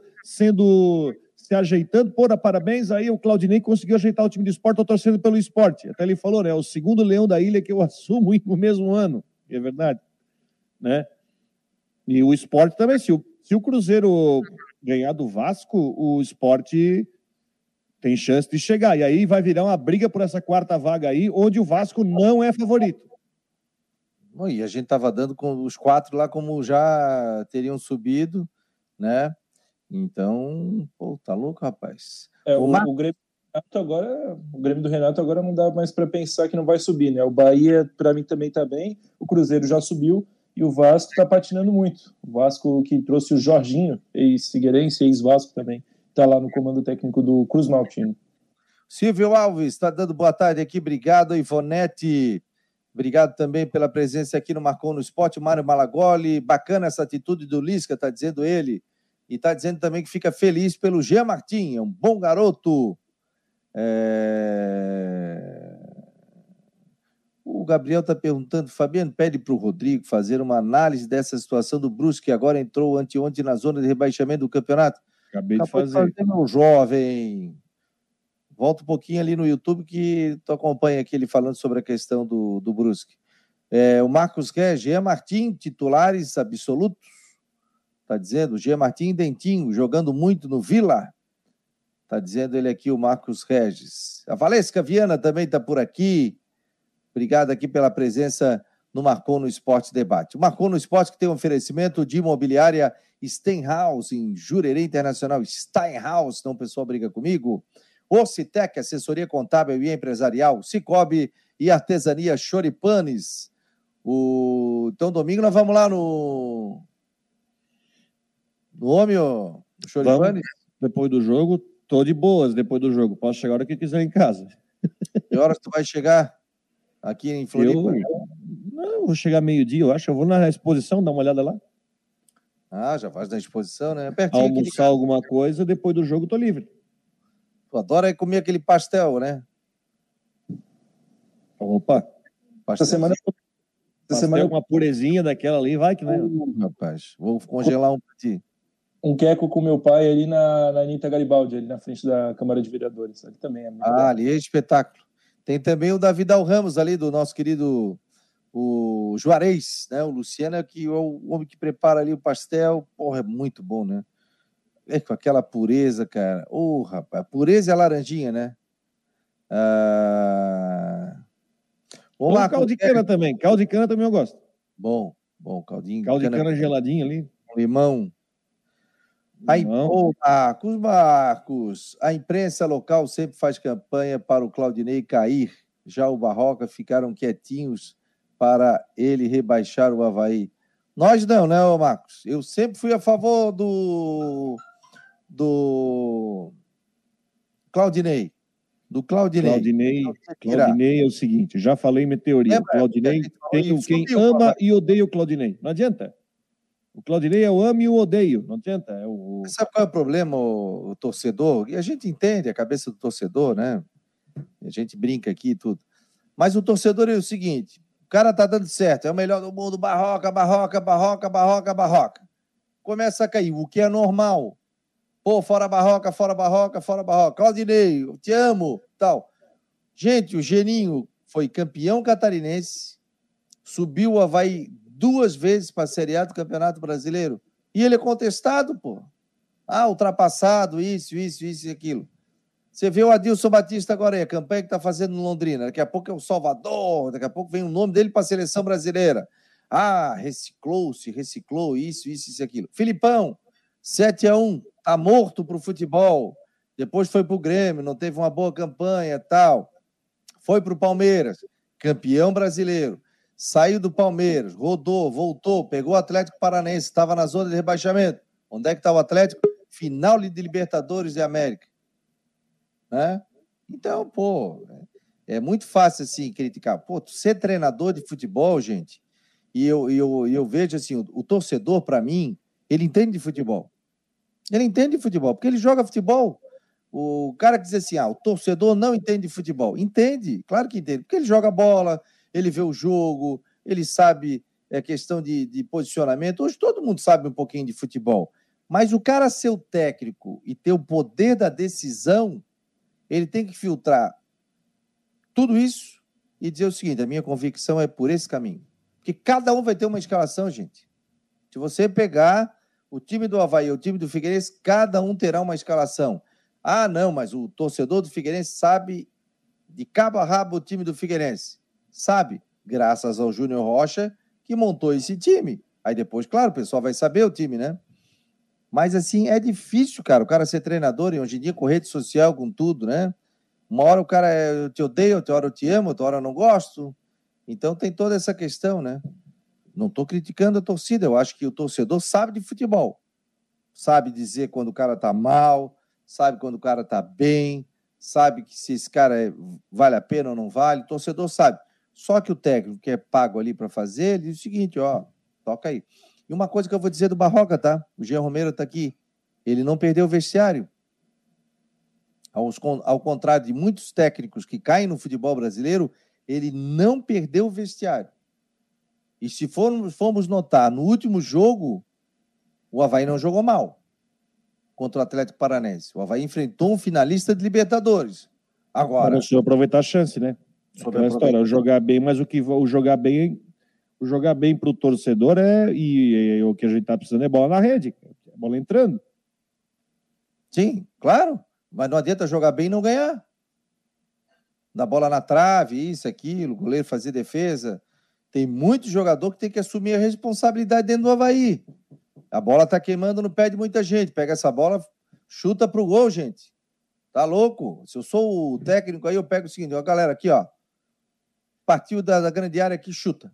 se ajeitando, parabéns, aí o Claudinei conseguiu ajeitar o time do Sport, estou torcendo pelo Sport. Até ele falou, né, o segundo leão da ilha que eu assumo no mesmo ano, é verdade, né? E o Sport também, se o Cruzeiro ganhar do Vasco, o Sport tem chance de chegar. E aí vai virar uma briga por essa 4ª vaga aí, onde o Vasco não é favorito. E a gente estava dando com os 4 lá como já teriam subido, né? Então, tá louco, rapaz. O Grêmio do Renato agora não dá mais para pensar que não vai subir, né? O Bahia, para mim, também tá bem. O Cruzeiro já subiu. E o Vasco está patinando muito. O Vasco que trouxe o Jorginho, ex-Figueirense, ex-Vasco também, está lá no comando técnico do Cruz Maltino. Silvio Alves está dando boa tarde aqui. Obrigado, Ivonete. Obrigado também pela presença aqui no Marcou no Esporte. Mário Malagoli. Bacana essa atitude do Lisca, está dizendo ele. E está dizendo também que fica feliz pelo Jean Martin. É um bom garoto. O Gabriel está perguntando, Fabiano, pede para o Rodrigo fazer uma análise dessa situação do Brusque, que agora entrou anteontem na zona de rebaixamento do campeonato. Acabei de fazer. Meu jovem. Volta um pouquinho ali no YouTube que tu acompanha aqui ele falando sobre a questão do Brusque. O Marcos Regis, Jean Martin, titulares absolutos. Está dizendo, Jean Martin Dentinho, jogando muito no Vila. Está dizendo ele aqui, o Marcos Regis. A Valesca Viana também está por aqui. Obrigado aqui pela presença no Marcou no Esporte Debate. O Marcou no Esporte que tem um oferecimento de imobiliária Steinhaus, em Jurerê Internacional. Steinhaus, não o pessoal briga comigo. Ocitec, assessoria contábil e empresarial. Cicobi e artesania Choripanes. Então, domingo nós vamos lá no homem, no Choripanes. Depois do jogo, tô de boas depois do jogo. Posso chegar a hora que quiser em casa. Que horas tu vai chegar? Aqui em Floripa? Vou chegar meio-dia, eu acho. Eu vou na exposição, dar uma olhada lá. Já faz na exposição, né? Pertinho almoçar alguma coisa, depois do jogo tô livre. Tu adora comer aquele pastel, né? Opa! Essa semana uma purezinha daquela ali, vai que né? Rapaz, vou congelar um pra ti. Um queco com meu pai ali na Anitta Garibaldi, ali na frente da Câmara de Vereadores. Ali também é muito bom. Ali é espetáculo. Tem também o Davi Dal Ramos ali, do nosso querido o Juarez, né? O Luciano, que é o homem que prepara ali o pastel. Porra, é muito bom, né? Com aquela pureza, cara. Rapaz, pureza e a laranjinha, né? Caldo de cana também. Caldo de cana também eu gosto. Bom, caldinho. Caldo de cana geladinho ali. Limão. Aí, Marcos, a imprensa local sempre faz campanha para o Claudinei cair. Já o Barroca ficaram quietinhos para ele rebaixar o Avaí. Nós não, né, Marcos? Eu sempre fui a favor do Claudinei. Claudinei é o seguinte, já falei em meteoria. O Claudinei tem quem ama e odeia o Claudinei. Não adianta. O Claudinei eu amo e o odeio. Não adianta. Sabe qual é o problema, o torcedor? E a gente entende a cabeça do torcedor, né? A gente brinca aqui e tudo. Mas o torcedor é o seguinte, o cara tá dando certo, é o melhor do mundo, Barroca. Começa a cair, o que é normal. Pô, fora Barroca. Claudinei, eu te amo, tal. Gente, o Geninho foi campeão catarinense, subiu o Avaí 2 vezes para a Série A do Campeonato Brasileiro. E ele é contestado, pô. Ultrapassado, isso e aquilo. Você vê o Adilson Batista agora aí, a campanha que está fazendo no Londrina. Daqui a pouco é o Salvador, daqui a pouco vem o nome dele para a seleção brasileira. Reciclou, isso e aquilo. Filipão, 7-1, tá morto pro futebol. Depois foi pro Grêmio, não teve uma boa campanha, tal. Foi pro Palmeiras, campeão brasileiro. Saiu do Palmeiras, rodou, voltou, pegou o Atlético Paranaense, estava na zona de rebaixamento. Onde é que está o Atlético? Final de Libertadores de América. Né? Então, é muito fácil assim criticar. Ser treinador de futebol, gente, e eu vejo assim, o torcedor, para mim, ele entende de futebol. Ele entende de futebol, porque ele joga futebol. O cara que diz assim, o torcedor não entende de futebol. Entende, claro que entende, porque ele joga bola, ele vê o jogo, ele sabe a questão de posicionamento. Hoje todo mundo sabe um pouquinho de futebol. Mas o cara ser o técnico e ter o poder da decisão, ele tem que filtrar tudo isso e dizer o seguinte, a minha convicção é por esse caminho. Porque cada um vai ter uma escalação, gente. Se você pegar o time do Avaí e o time do Figueirense, cada um terá uma escalação. Não, mas o torcedor do Figueirense sabe de cabo a rabo o time do Figueirense. Sabe, graças ao Júnior Rocha, que montou esse time. Aí depois, claro, o pessoal vai saber o time, né? Mas, assim, é difícil, cara, o cara ser treinador e hoje em dia com rede social, com tudo, né? Uma hora o cara eu te odeio, outra hora eu te amo, outra hora eu não gosto. Então tem toda essa questão, né? Não estou criticando a torcida, eu acho que o torcedor sabe de futebol. Sabe dizer quando o cara tá mal, sabe quando o cara tá bem, sabe que se esse cara vale a pena ou não vale, o torcedor sabe. Só que o técnico que é pago ali para fazer, ele diz o seguinte, ó, toca aí. E uma coisa que eu vou dizer do Barroca, tá? O Jean Romero tá aqui. Ele não perdeu o vestiário. Ao contrário de muitos técnicos que caem no futebol brasileiro, ele não perdeu o vestiário. E se formos notar, no último jogo, o Avaí não jogou mal contra o Atlético Paranaense. O Avaí enfrentou um finalista de Libertadores. Agora... Não soube aproveitar a chance, né? Aquela história, o jogar bem, mas o jogar bem para o torcedor e o que a gente está precisando é bola na rede, é bola entrando. Sim, claro. Mas não adianta jogar bem e não ganhar. Dar bola na trave, isso, aquilo, o goleiro fazer defesa. Tem muito jogador que tem que assumir a responsabilidade dentro do Avaí. A bola está queimando no pé de muita gente. Pega essa bola, chuta pro gol, gente. Tá louco? Se eu sou o técnico aí, eu pego o seguinte, ó, galera, aqui, ó. Partiu da grande área aqui, chuta.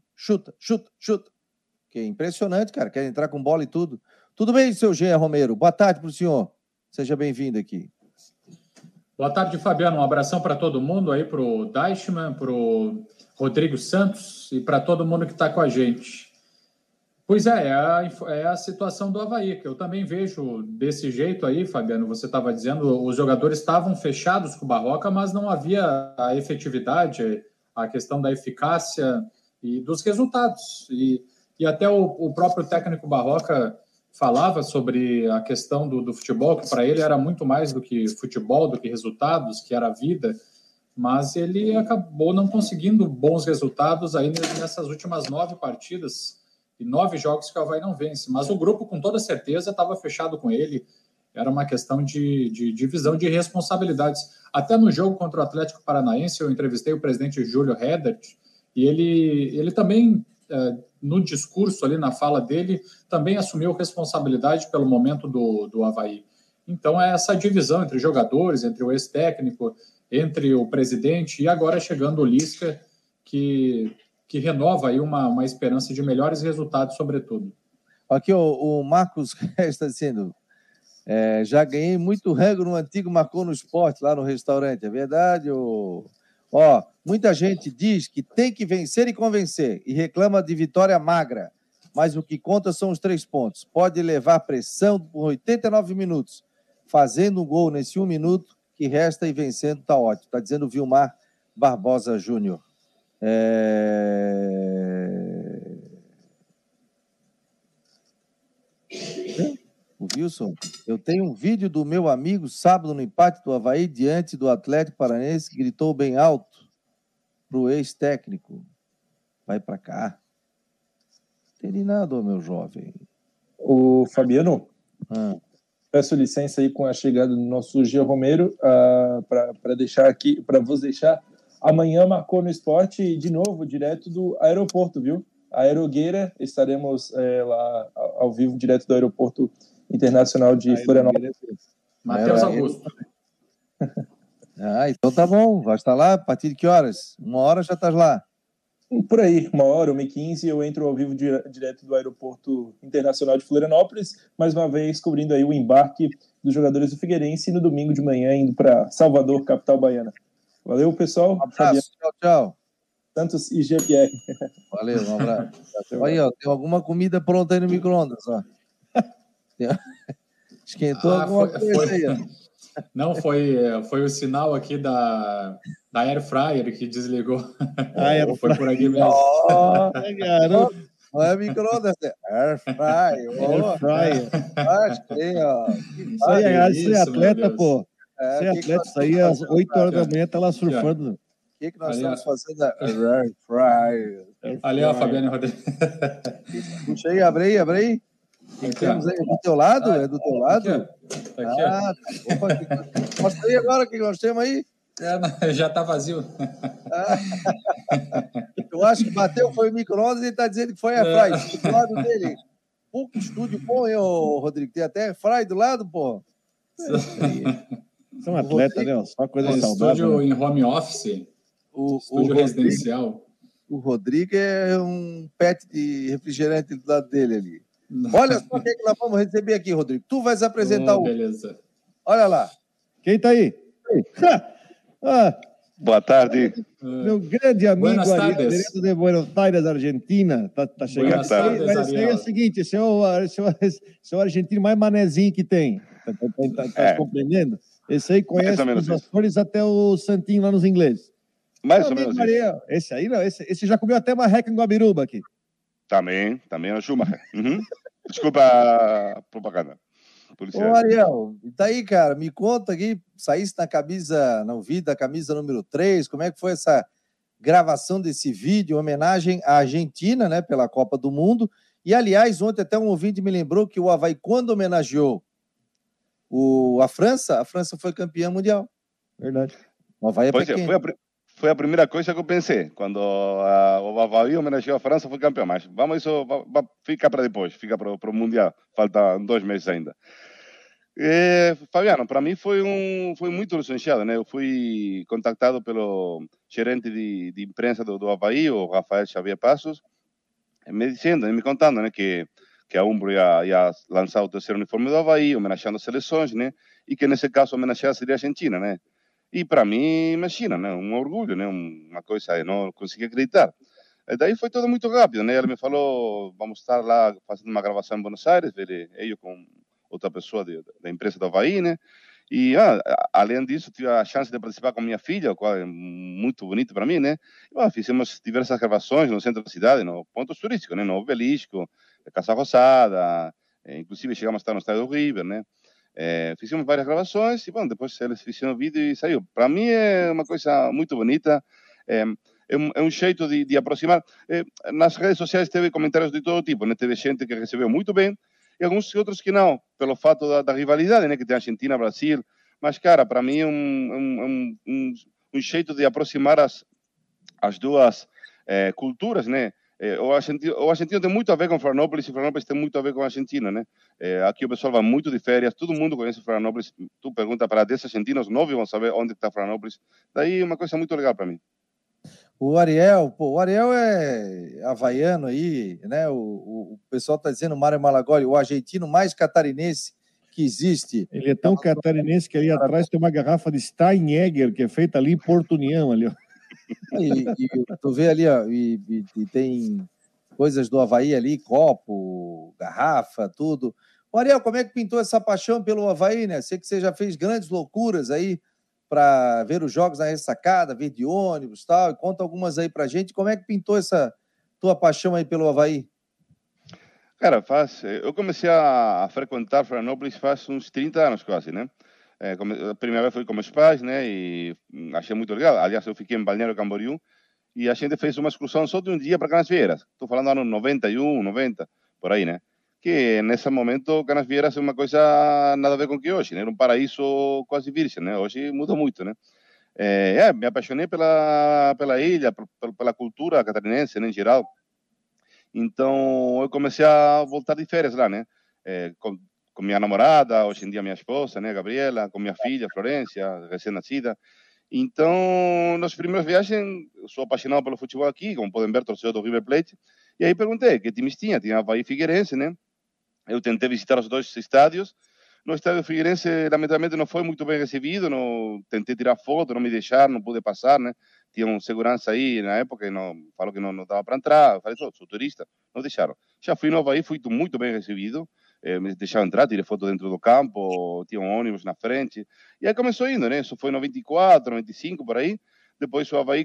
Que é impressionante, cara. Quer entrar com bola e tudo. Tudo bem, seu Jean Romero? Boa tarde pro senhor. Seja bem-vindo aqui. Boa tarde, Fabiano. Um abração para todo mundo aí, pro Deichmann, pro Rodrigo Santos e para todo mundo que está com a gente. Pois é a situação do Avaí, que eu também vejo desse jeito aí, Fabiano. Você estava dizendo, os jogadores estavam fechados com o Barroca, mas não havia a efetividade, a questão da eficácia e dos resultados. E até o próprio técnico Barroca falava sobre a questão do futebol, que para ele era muito mais do que futebol, do que resultados, que era a vida, mas ele acabou não conseguindo bons resultados aí nessas últimas 9 partidas e 9 jogos que o Avaí não vence. Mas o grupo, com toda certeza, estava fechado com ele. Era uma questão de divisão de responsabilidades. Até no jogo contra o Atlético Paranaense, eu entrevistei o presidente Júlio Hedert, e ele também, no discurso ali, na fala dele, também assumiu responsabilidade pelo momento do Avaí. Então, é essa divisão entre jogadores, entre o ex-técnico, entre o presidente, e agora chegando o Lisca, que renova aí uma esperança de melhores resultados, sobretudo. Aqui o Marcos está dizendo, já ganhei muito rango no antigo Marcou no Esporte, lá no restaurante, é verdade? Muita gente diz que tem que vencer e convencer, e reclama de vitória magra, mas o que conta são os 3 pontos. Pode levar pressão por 89 minutos, fazendo um gol nesse 1 minuto que resta e vencendo está ótimo. Está dizendo o Vilmar Barbosa Júnior. O Wilson, eu tenho um vídeo do meu amigo sábado no empate do Avaí diante do Atlético Paranaense que gritou bem alto pro ex-técnico. Vai para cá. Não entendi nada, meu jovem. O Fabiano, peço licença aí com a chegada do nosso Jean Romero para deixar aqui, para vos deixar. Amanhã Marcou no Esporte, de novo, direto do aeroporto, viu? Aerogueira, estaremos lá ao vivo, direto do aeroporto internacional de Florianópolis. Matheus Augusto. Então tá bom, vai estar lá a partir de que horas? 1 hora já estás lá? Por aí, 1h, 1h15, eu entro ao vivo direto do aeroporto internacional de Florianópolis, mais uma vez cobrindo aí o embarque dos jogadores do Figueirense e no domingo de manhã indo para Salvador, capital baiana. Valeu, pessoal. Um abraço, tchau. Santos e GPR. Valeu, um abraço. Aí, tem alguma comida pronta aí no micro-ondas, ó. Esquentou alguma coisa aí, ó. Não, foi o sinal aqui da Air Fryer que desligou. Foi por aqui mesmo. Garoto. Não é micro-ondas, é Air Fryer. Acho que tem, ó. Isso é atleta, pô. Você é atleta, isso aí às 8 horas da manhã tá lá surfando. O que nós estamos fazendo? Air Fryer. Ali, ó, Fabiano e Rodrigo. Puxa aí, abre aí. O que temos aí? Do teu lado? É do teu lado? Aqui, tá. Opa, mostra aí agora o que nós temos aí. Já tá vazio. Eu acho que bateu, foi o micro-ondas e ele está dizendo que foi a Air Fryer. Do lado dele. Pô, que estúdio bom, hein, Rodrigo? Tem até Air Fryer do lado, pô. São atleta, né? Só coisa saudável. Estúdio em home office. Estúdio residencial. O Rodrigo é um pet de refrigerante do lado dele ali. Olha só quem é que nós vamos receber aqui, Rodrigo. Tu vais apresentar Beleza. Olha lá. Quem tá aí? Boa tarde. Meu grande amigo Buenas Ariel, tardes. direto de Buenos Aires, Argentina, tá chegando. Buenas tardes, Esse aí é o Ariel. seguinte, esse é o argentino mais manezinho que tem. Tá compreendendo? Esse aí conhece ou menos os Açores até o Santinho lá nos ingleses. Mais Meu ou menos amigo isso. Ariel, esse aí não, esse já comeu até marreca em Guabiruba aqui. Também é o Schumacher. Desculpa a propaganda. Ô, Ariel, e daí, cara, me conta aqui, saísse no vídeo da camisa número 3, como é que foi essa gravação desse vídeo, em homenagem à Argentina, né, pela Copa do Mundo. E, aliás, ontem até um ouvinte me lembrou que o Avaí, quando homenageou a França foi campeã mundial. Verdade. O Avaí é Pois é, foi a primeira coisa que eu pensei. Quando o Avaí homenageou a França, foi campeão. Mas isso fica para depois, fica para o Mundial. Falta 2 meses ainda. Fabiano, para mim foi muito lisonjeado, né? Eu fui contactado pelo gerente de imprensa do Avaí, o Rafael Xavier Passos, me contando, né, que a Umbro ia lançar o terceiro uniforme do Avaí, homenageando as seleções, né? E que nesse caso homenagear seria a Argentina, né? E para mim, imagina, né? Um orgulho, né? Uma coisa, eu não consegui acreditar. E daí foi tudo muito rápido, né? Ele me falou, vamos estar lá fazendo uma gravação em Buenos Aires, eu com outra pessoa da empresa do Avaí, né? E, além disso, tive a chance de participar com minha filha, o qual é muito bonito para mim, né? E, fizemos diversas gravações no centro da cidade, no pontos turísticos, né? No Obelisco, Casa Rosada, inclusive chegamos a estar no estádio do River, né? Fizemos várias gravações e, depois eles fizeram o vídeo e saiu. Para mim é uma coisa muito bonita, é um jeito de aproximar. Nas redes sociais teve comentários de todo tipo, né? Teve gente que recebeu muito bem, e alguns outros que não, pelo fato da rivalidade, né, que tem Argentina, Brasil. Mas, cara, para mim é um jeito de aproximar as duas culturas, né? O argentino tem muito a ver com Florianópolis e Florianópolis tem muito a ver com a Argentina, né? Aqui o pessoal vai muito de férias, todo mundo conhece Florianópolis. Tu pergunta para 10 argentinos, 9 vão saber onde está Florianópolis. Daí é uma coisa muito legal para mim. O Ariel é havaiano aí, né? O pessoal está dizendo, o Mário Malagoli, o argentino mais catarinense que existe. Ele é tão catarinense que ali atrás tem uma garrafa de Steinegger, que é feita ali em Porto União, ali, ó. E tu vê ali, ó, e tem coisas do Avaí ali, copo, garrafa, tudo. O Ariel, como é que pintou essa paixão pelo Avaí, né? Sei que você já fez grandes loucuras aí para ver os jogos na ressacada, vir de ônibus e tal. Conta algumas aí pra gente. Como é que pintou essa tua paixão aí pelo Avaí? Cara, eu comecei a frequentar Florianópolis faz uns 30 anos quase, né? A primeira vez foi com meus pais, né? E achei muito legal. Aliás, eu fiquei em Balneário Camboriú e a gente fez uma excursão só de um dia para Canasvieiras. Estou falando anos 91, 90, por aí, né? Que nesse momento Canasvieiras é uma coisa nada a ver com que hoje, né? Era um paraíso quase virgem, né? Hoje mudou muito, né? Me apaixonei pela ilha, pela cultura catarinense, né, em geral. Então eu comecei a voltar de férias lá, né? Com minha namorada, hoje em dia minha esposa, né, Gabriela, com minha filha, Florência, recém-nascida. Então, nas primeiras viagens, eu sou apaixonado pelo futebol aqui, como podem ver, torcedor do River Plate. E aí perguntei que times tinha. Tinha Avaí e Figueirense, né? Eu tentei visitar os dois estádios. No estádio Figueirense, lamentavelmente, não foi muito bem recebido. Não, tentei tirar foto, não me deixaram, não pude passar, né? Tinha um segurança aí na época e falou que não dava para entrar. Eu falei, sou turista, não deixaram. Já fui no Avaí, fui muito bem recebido. Me deixaram entrar, tirei foto dentro do campo, tinha um ônibus na frente. E aí começou indo, né? Isso foi no 94, 95, por aí. Depois o Avaí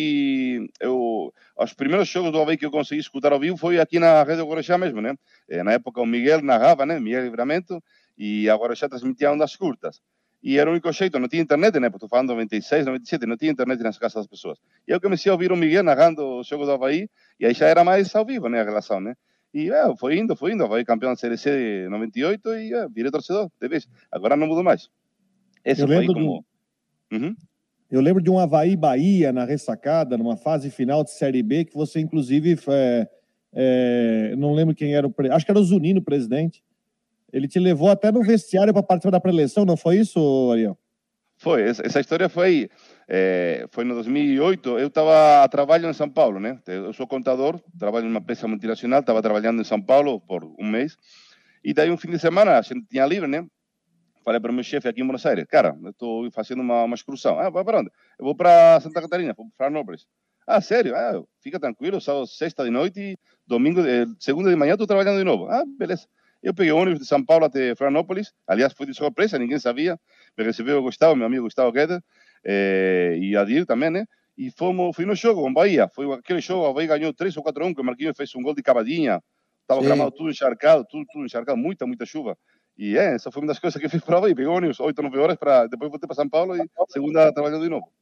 os primeiros jogos do Avaí que eu consegui escutar ao vivo foi aqui na Rede do Guarujá mesmo, né? Na época o Miguel narrava, né? Miguel Livramento, e agora já transmitia ondas curtas. E era o único jeito, não tinha internet, né? Estou falando 96, 97, não tinha internet nas casas das pessoas. E eu comecei a ouvir o Miguel narrando os jogos do Avaí, e aí já era mais ao vivo, né? A relação, né? E foi indo, Avaí campeão da Série C de 98 e virei torcedor, de vez. Agora não mudo mais. Esse foi como... Eu lembro de um Avaí Bahia na ressacada, numa fase final de Série B, que você, inclusive, não lembro quem era acho que era o Zunino, o presidente. Ele te levou até no vestiário para participar da preleção, não foi isso, Ariel? Foi, essa história foi no 2008. Eu estava a trabalho em São Paulo, né? Eu sou contador, trabalho em uma empresa multinacional, estava trabalhando em São Paulo por um mês. E daí um fim de semana, a gente tinha livre, né? falei para o meu chefe aqui em Buenos Aires, cara, eu estou fazendo uma excursão. Vai para onde? Eu vou para Santa Catarina, vou para Florianópolis. Sério? Fica tranquilo, sábado, sexta de noite e domingo, segunda de manhã estou trabalhando de novo. Beleza. Eu peguei o ônibus de São Paulo até Florianópolis, aliás, foi de surpresa, ninguém sabia, me recebeu o Gustavo, meu amigo Gustavo Guedes, e a Dir também, né? E fui no jogo com Bahia, foi aquele jogo, o Bahia ganhou 3 ou 4-1, que o Marquinhos fez um gol de cavadinha, estava gramado tudo encharcado, tudo encharcado, muita chuva. E essa foi uma das coisas que eu fiz para o Bahia, peguei o ônibus 8 ou 9 horas, depois voltei para São Paulo e segunda trabalhando de novo.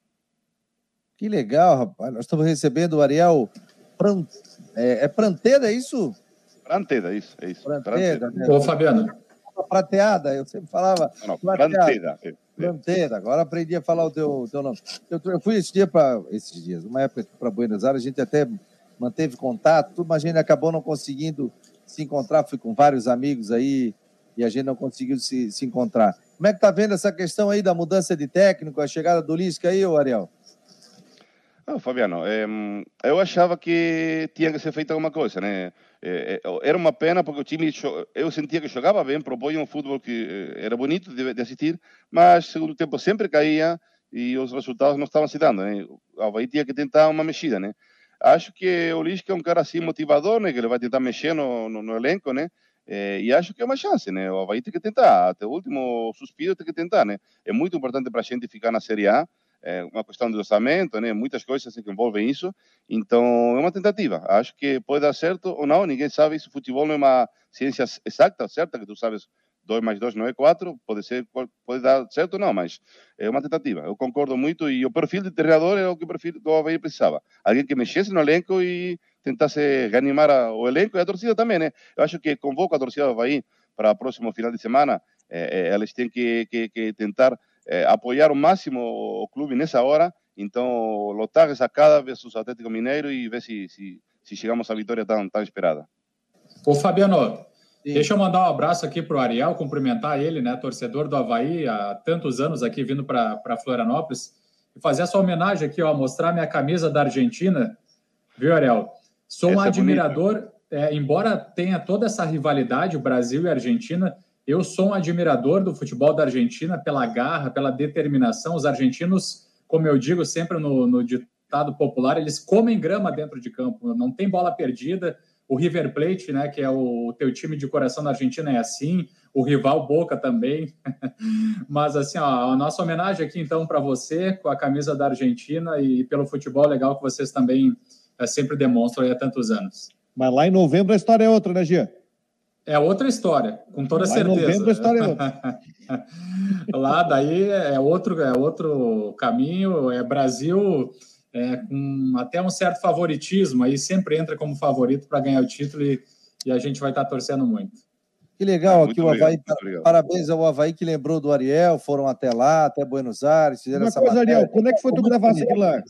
Que legal, rapaz. Nós estamos recebendo o Ariel Pranteda, é isso? Pranteda, isso. Pranteda. Ô, Fabiano. Prateada, eu sempre falava. Não, Pranteda. Pranteda, agora aprendi a falar o teu nome. Eu fui esses dias, uma época para Buenos Aires, a gente até manteve contato, mas a gente acabou não conseguindo se encontrar. Fui com vários amigos aí e a gente não conseguiu se encontrar. Como é que tá vendo essa questão aí da mudança de técnico, a chegada do Lisca aí, ô Ariel? Fabiano, eu achava que tinha que ser feita alguma coisa, né? Era uma pena porque o time, eu sentia que jogava bem, propunha um futebol que era bonito de assistir, mas segundo tempo sempre caía e os resultados não estavam se dando, né? O Avaí tinha que tentar uma mexida, né? Acho que o Lisca é um cara assim motivador, né? Que ele vai tentar mexer no elenco, né? E acho que é uma chance, né? O Avaí tem que tentar, até o último suspiro tem que tentar, né? É muito importante para a gente ficar na Série A. Uma questão de orçamento, né? Muitas coisas que envolvem isso. Então, é uma tentativa. Acho que pode dar certo ou não. Ninguém sabe se o futebol não é uma ciência exata, certa, que tu sabes 2 mais 2 não é 4. Pode dar certo ou não, mas é uma tentativa. Eu concordo muito e o perfil de treinador é o que o perfil do Avaí precisava. Alguém que mexesse no elenco e tentasse reanimar o elenco e a torcida também, né? Eu acho que convoco a torcida do Avaí para o próximo final de semana. Elas têm que tentar apoiar ao máximo o clube nessa hora, então lotar Ressacada versus Atlético Mineiro e ver se chegamos à vitória tão esperada. Ô Fabiano, deixa eu mandar um abraço aqui para o Ariel, cumprimentar ele, né, torcedor do Avaí, há tantos anos aqui vindo para Florianópolis, e fazer essa homenagem aqui, ó, mostrar minha camisa da Argentina, viu, Ariel? Sou um admirador, embora tenha toda essa rivalidade, o Brasil e a Argentina, eu sou um admirador do futebol da Argentina pela garra, pela determinação. Os argentinos, como eu digo sempre no ditado popular, eles comem grama dentro de campo, não tem bola perdida. O River Plate, né, que é o teu time de coração na Argentina, é assim. O rival Boca também. Mas, assim, ó, a nossa homenagem aqui, então, para você, com a camisa da Argentina e pelo futebol legal que vocês também sempre demonstram aí há tantos anos. Mas lá em novembro a história é outra, né, Gia? É outra história, com toda certeza. Em novembro a história é outra. Lá daí é outro caminho, é Brasil com até um certo favoritismo, aí sempre entra como favorito para ganhar o título e a gente vai estar torcendo muito. Que legal aqui o Avaí, parabéns ao Avaí que lembrou do Ariel, foram até lá, até Buenos Aires, fizeram essa matéria. Ariel, quando é que foi tu gravar aquilo lá?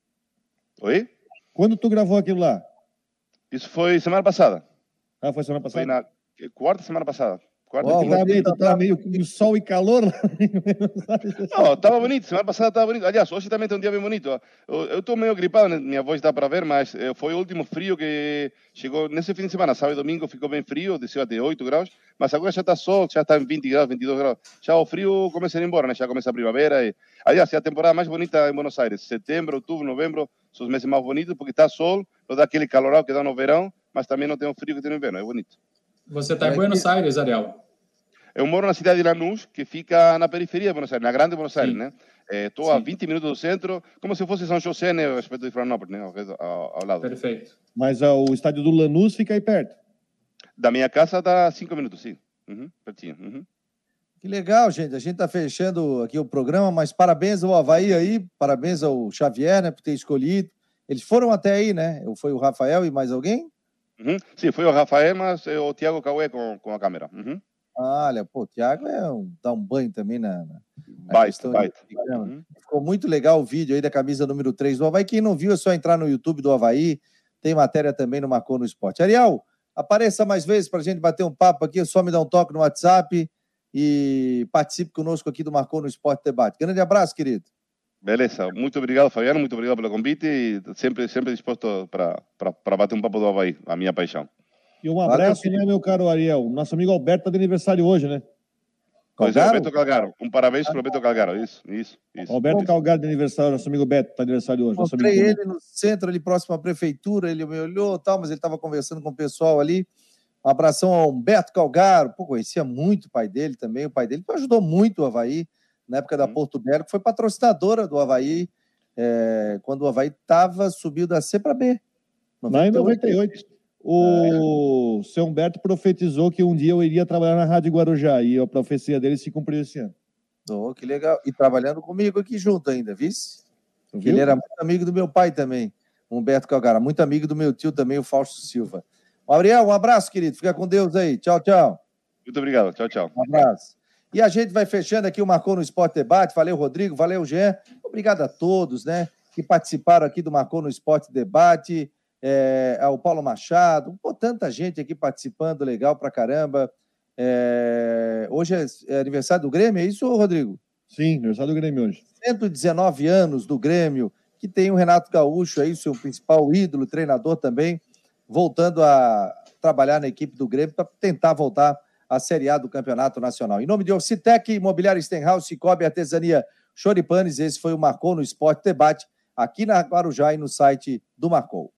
Oi? Quando tu gravou aquilo lá? Isso foi semana passada. Foi semana passada? Foi na quarta semana passada. Tá meio com sol e calor lá. Não, estava bonito, semana passada estava bonito. Aliás, hoje também tem um dia bem bonito. Eu estou meio gripado, né? Minha voz dá para ver, mas foi o último frio que chegou nesse fim de semana. Sábado e domingo ficou bem frio, desceu até 8 graus, mas agora já está sol, já está em 20 graus, 22 graus. Já o frio começa a ir embora, né? Já começa a primavera. Aliás, é a temporada mais bonita em Buenos Aires. Setembro, outubro, novembro são os meses mais bonitos, porque está sol, não dá aquele calorão que dá no verão, mas também não tem o frio que tem no inverno, é bonito. Você está em Buenos Aires, Ariel? Eu moro na cidade de Lanús, que fica na periferia de Buenos Aires, na grande Buenos Aires, né? Estou a 20 minutos do centro, como se fosse São José, né? A respeito de Florianópolis, né? Ao lado. Perfeito. Mas o estádio do Lanús fica aí perto? Da minha casa dá 5 minutos, sim. Pertinho. Que legal, gente. A gente está fechando aqui o programa, mas parabéns ao Avaí aí, parabéns ao Xavier, né, por ter escolhido. Eles foram até aí, né? Foi o Rafael e mais alguém? Sim, foi o Rafael, mas o Thiago Cauê com a câmera. Olha, pô, o Thiago dá um banho também na baita. Ficou muito legal o vídeo aí da camisa número 3 do Avaí. Quem não viu é só entrar no YouTube do Avaí. Tem matéria também no Marcou no Esporte. Ariel, apareça mais vezes para a gente bater um papo aqui. Só me dá um toque no WhatsApp e participe conosco aqui do Marcou no Esporte Debate. Grande abraço, querido. Beleza. Muito obrigado, Fabiano. Muito obrigado pelo convite e sempre disposto para bater um papo do Avaí, a minha paixão. E um abraço, né, meu caro Ariel? Nosso amigo Alberto está de aniversário hoje, né? Roberto Calgaro. Um parabéns para o Beto Calgaro. Isso. Roberto Calgaro, de aniversário, nosso amigo Beto, está de aniversário hoje. Encontrei ele no centro, ali próximo à prefeitura, ele me olhou e tal, mas ele estava conversando com o pessoal ali. Um abração ao Humberto Calgaro, conhecia muito o pai dele também, o pai dele ajudou muito o Avaí, na época da Porto Belo, que foi patrocinadora do Avaí, quando o Avaí subiu da C para B. Lá em 98. O seu Humberto profetizou que um dia eu iria trabalhar na Rádio Guarujá, e a profecia dele se cumpriu esse ano. Oh, que legal. E trabalhando comigo aqui junto ainda, viu? Ele era muito amigo do meu pai também, Humberto Calgaro, muito amigo do meu tio também, o Fausto Silva. Gabriel, um abraço, querido. Fica com Deus aí. Tchau, tchau. Muito obrigado. Tchau, tchau. Um abraço. E a gente vai fechando aqui o Marcou no Esporte Debate. Valeu, Rodrigo. Valeu, Jean. Obrigado a todos, né, que participaram aqui do Marcou no Esporte Debate. Ao Paulo Machado. Tanta gente aqui participando. Legal pra caramba. Hoje é aniversário do Grêmio, é isso, Rodrigo? Sim, aniversário do Grêmio hoje. 119 anos do Grêmio, que tem o Renato Gaúcho aí, seu principal ídolo, treinador também, voltando a trabalhar na equipe do Grêmio para tentar voltar à Série A do Campeonato Nacional. Em nome de Orcitec, Imobiliária Stenhouse, Cicobi, Artesania Choripanes, esse foi o Marcou no Esporte Debate, aqui na Guarujá e no site do Marcou.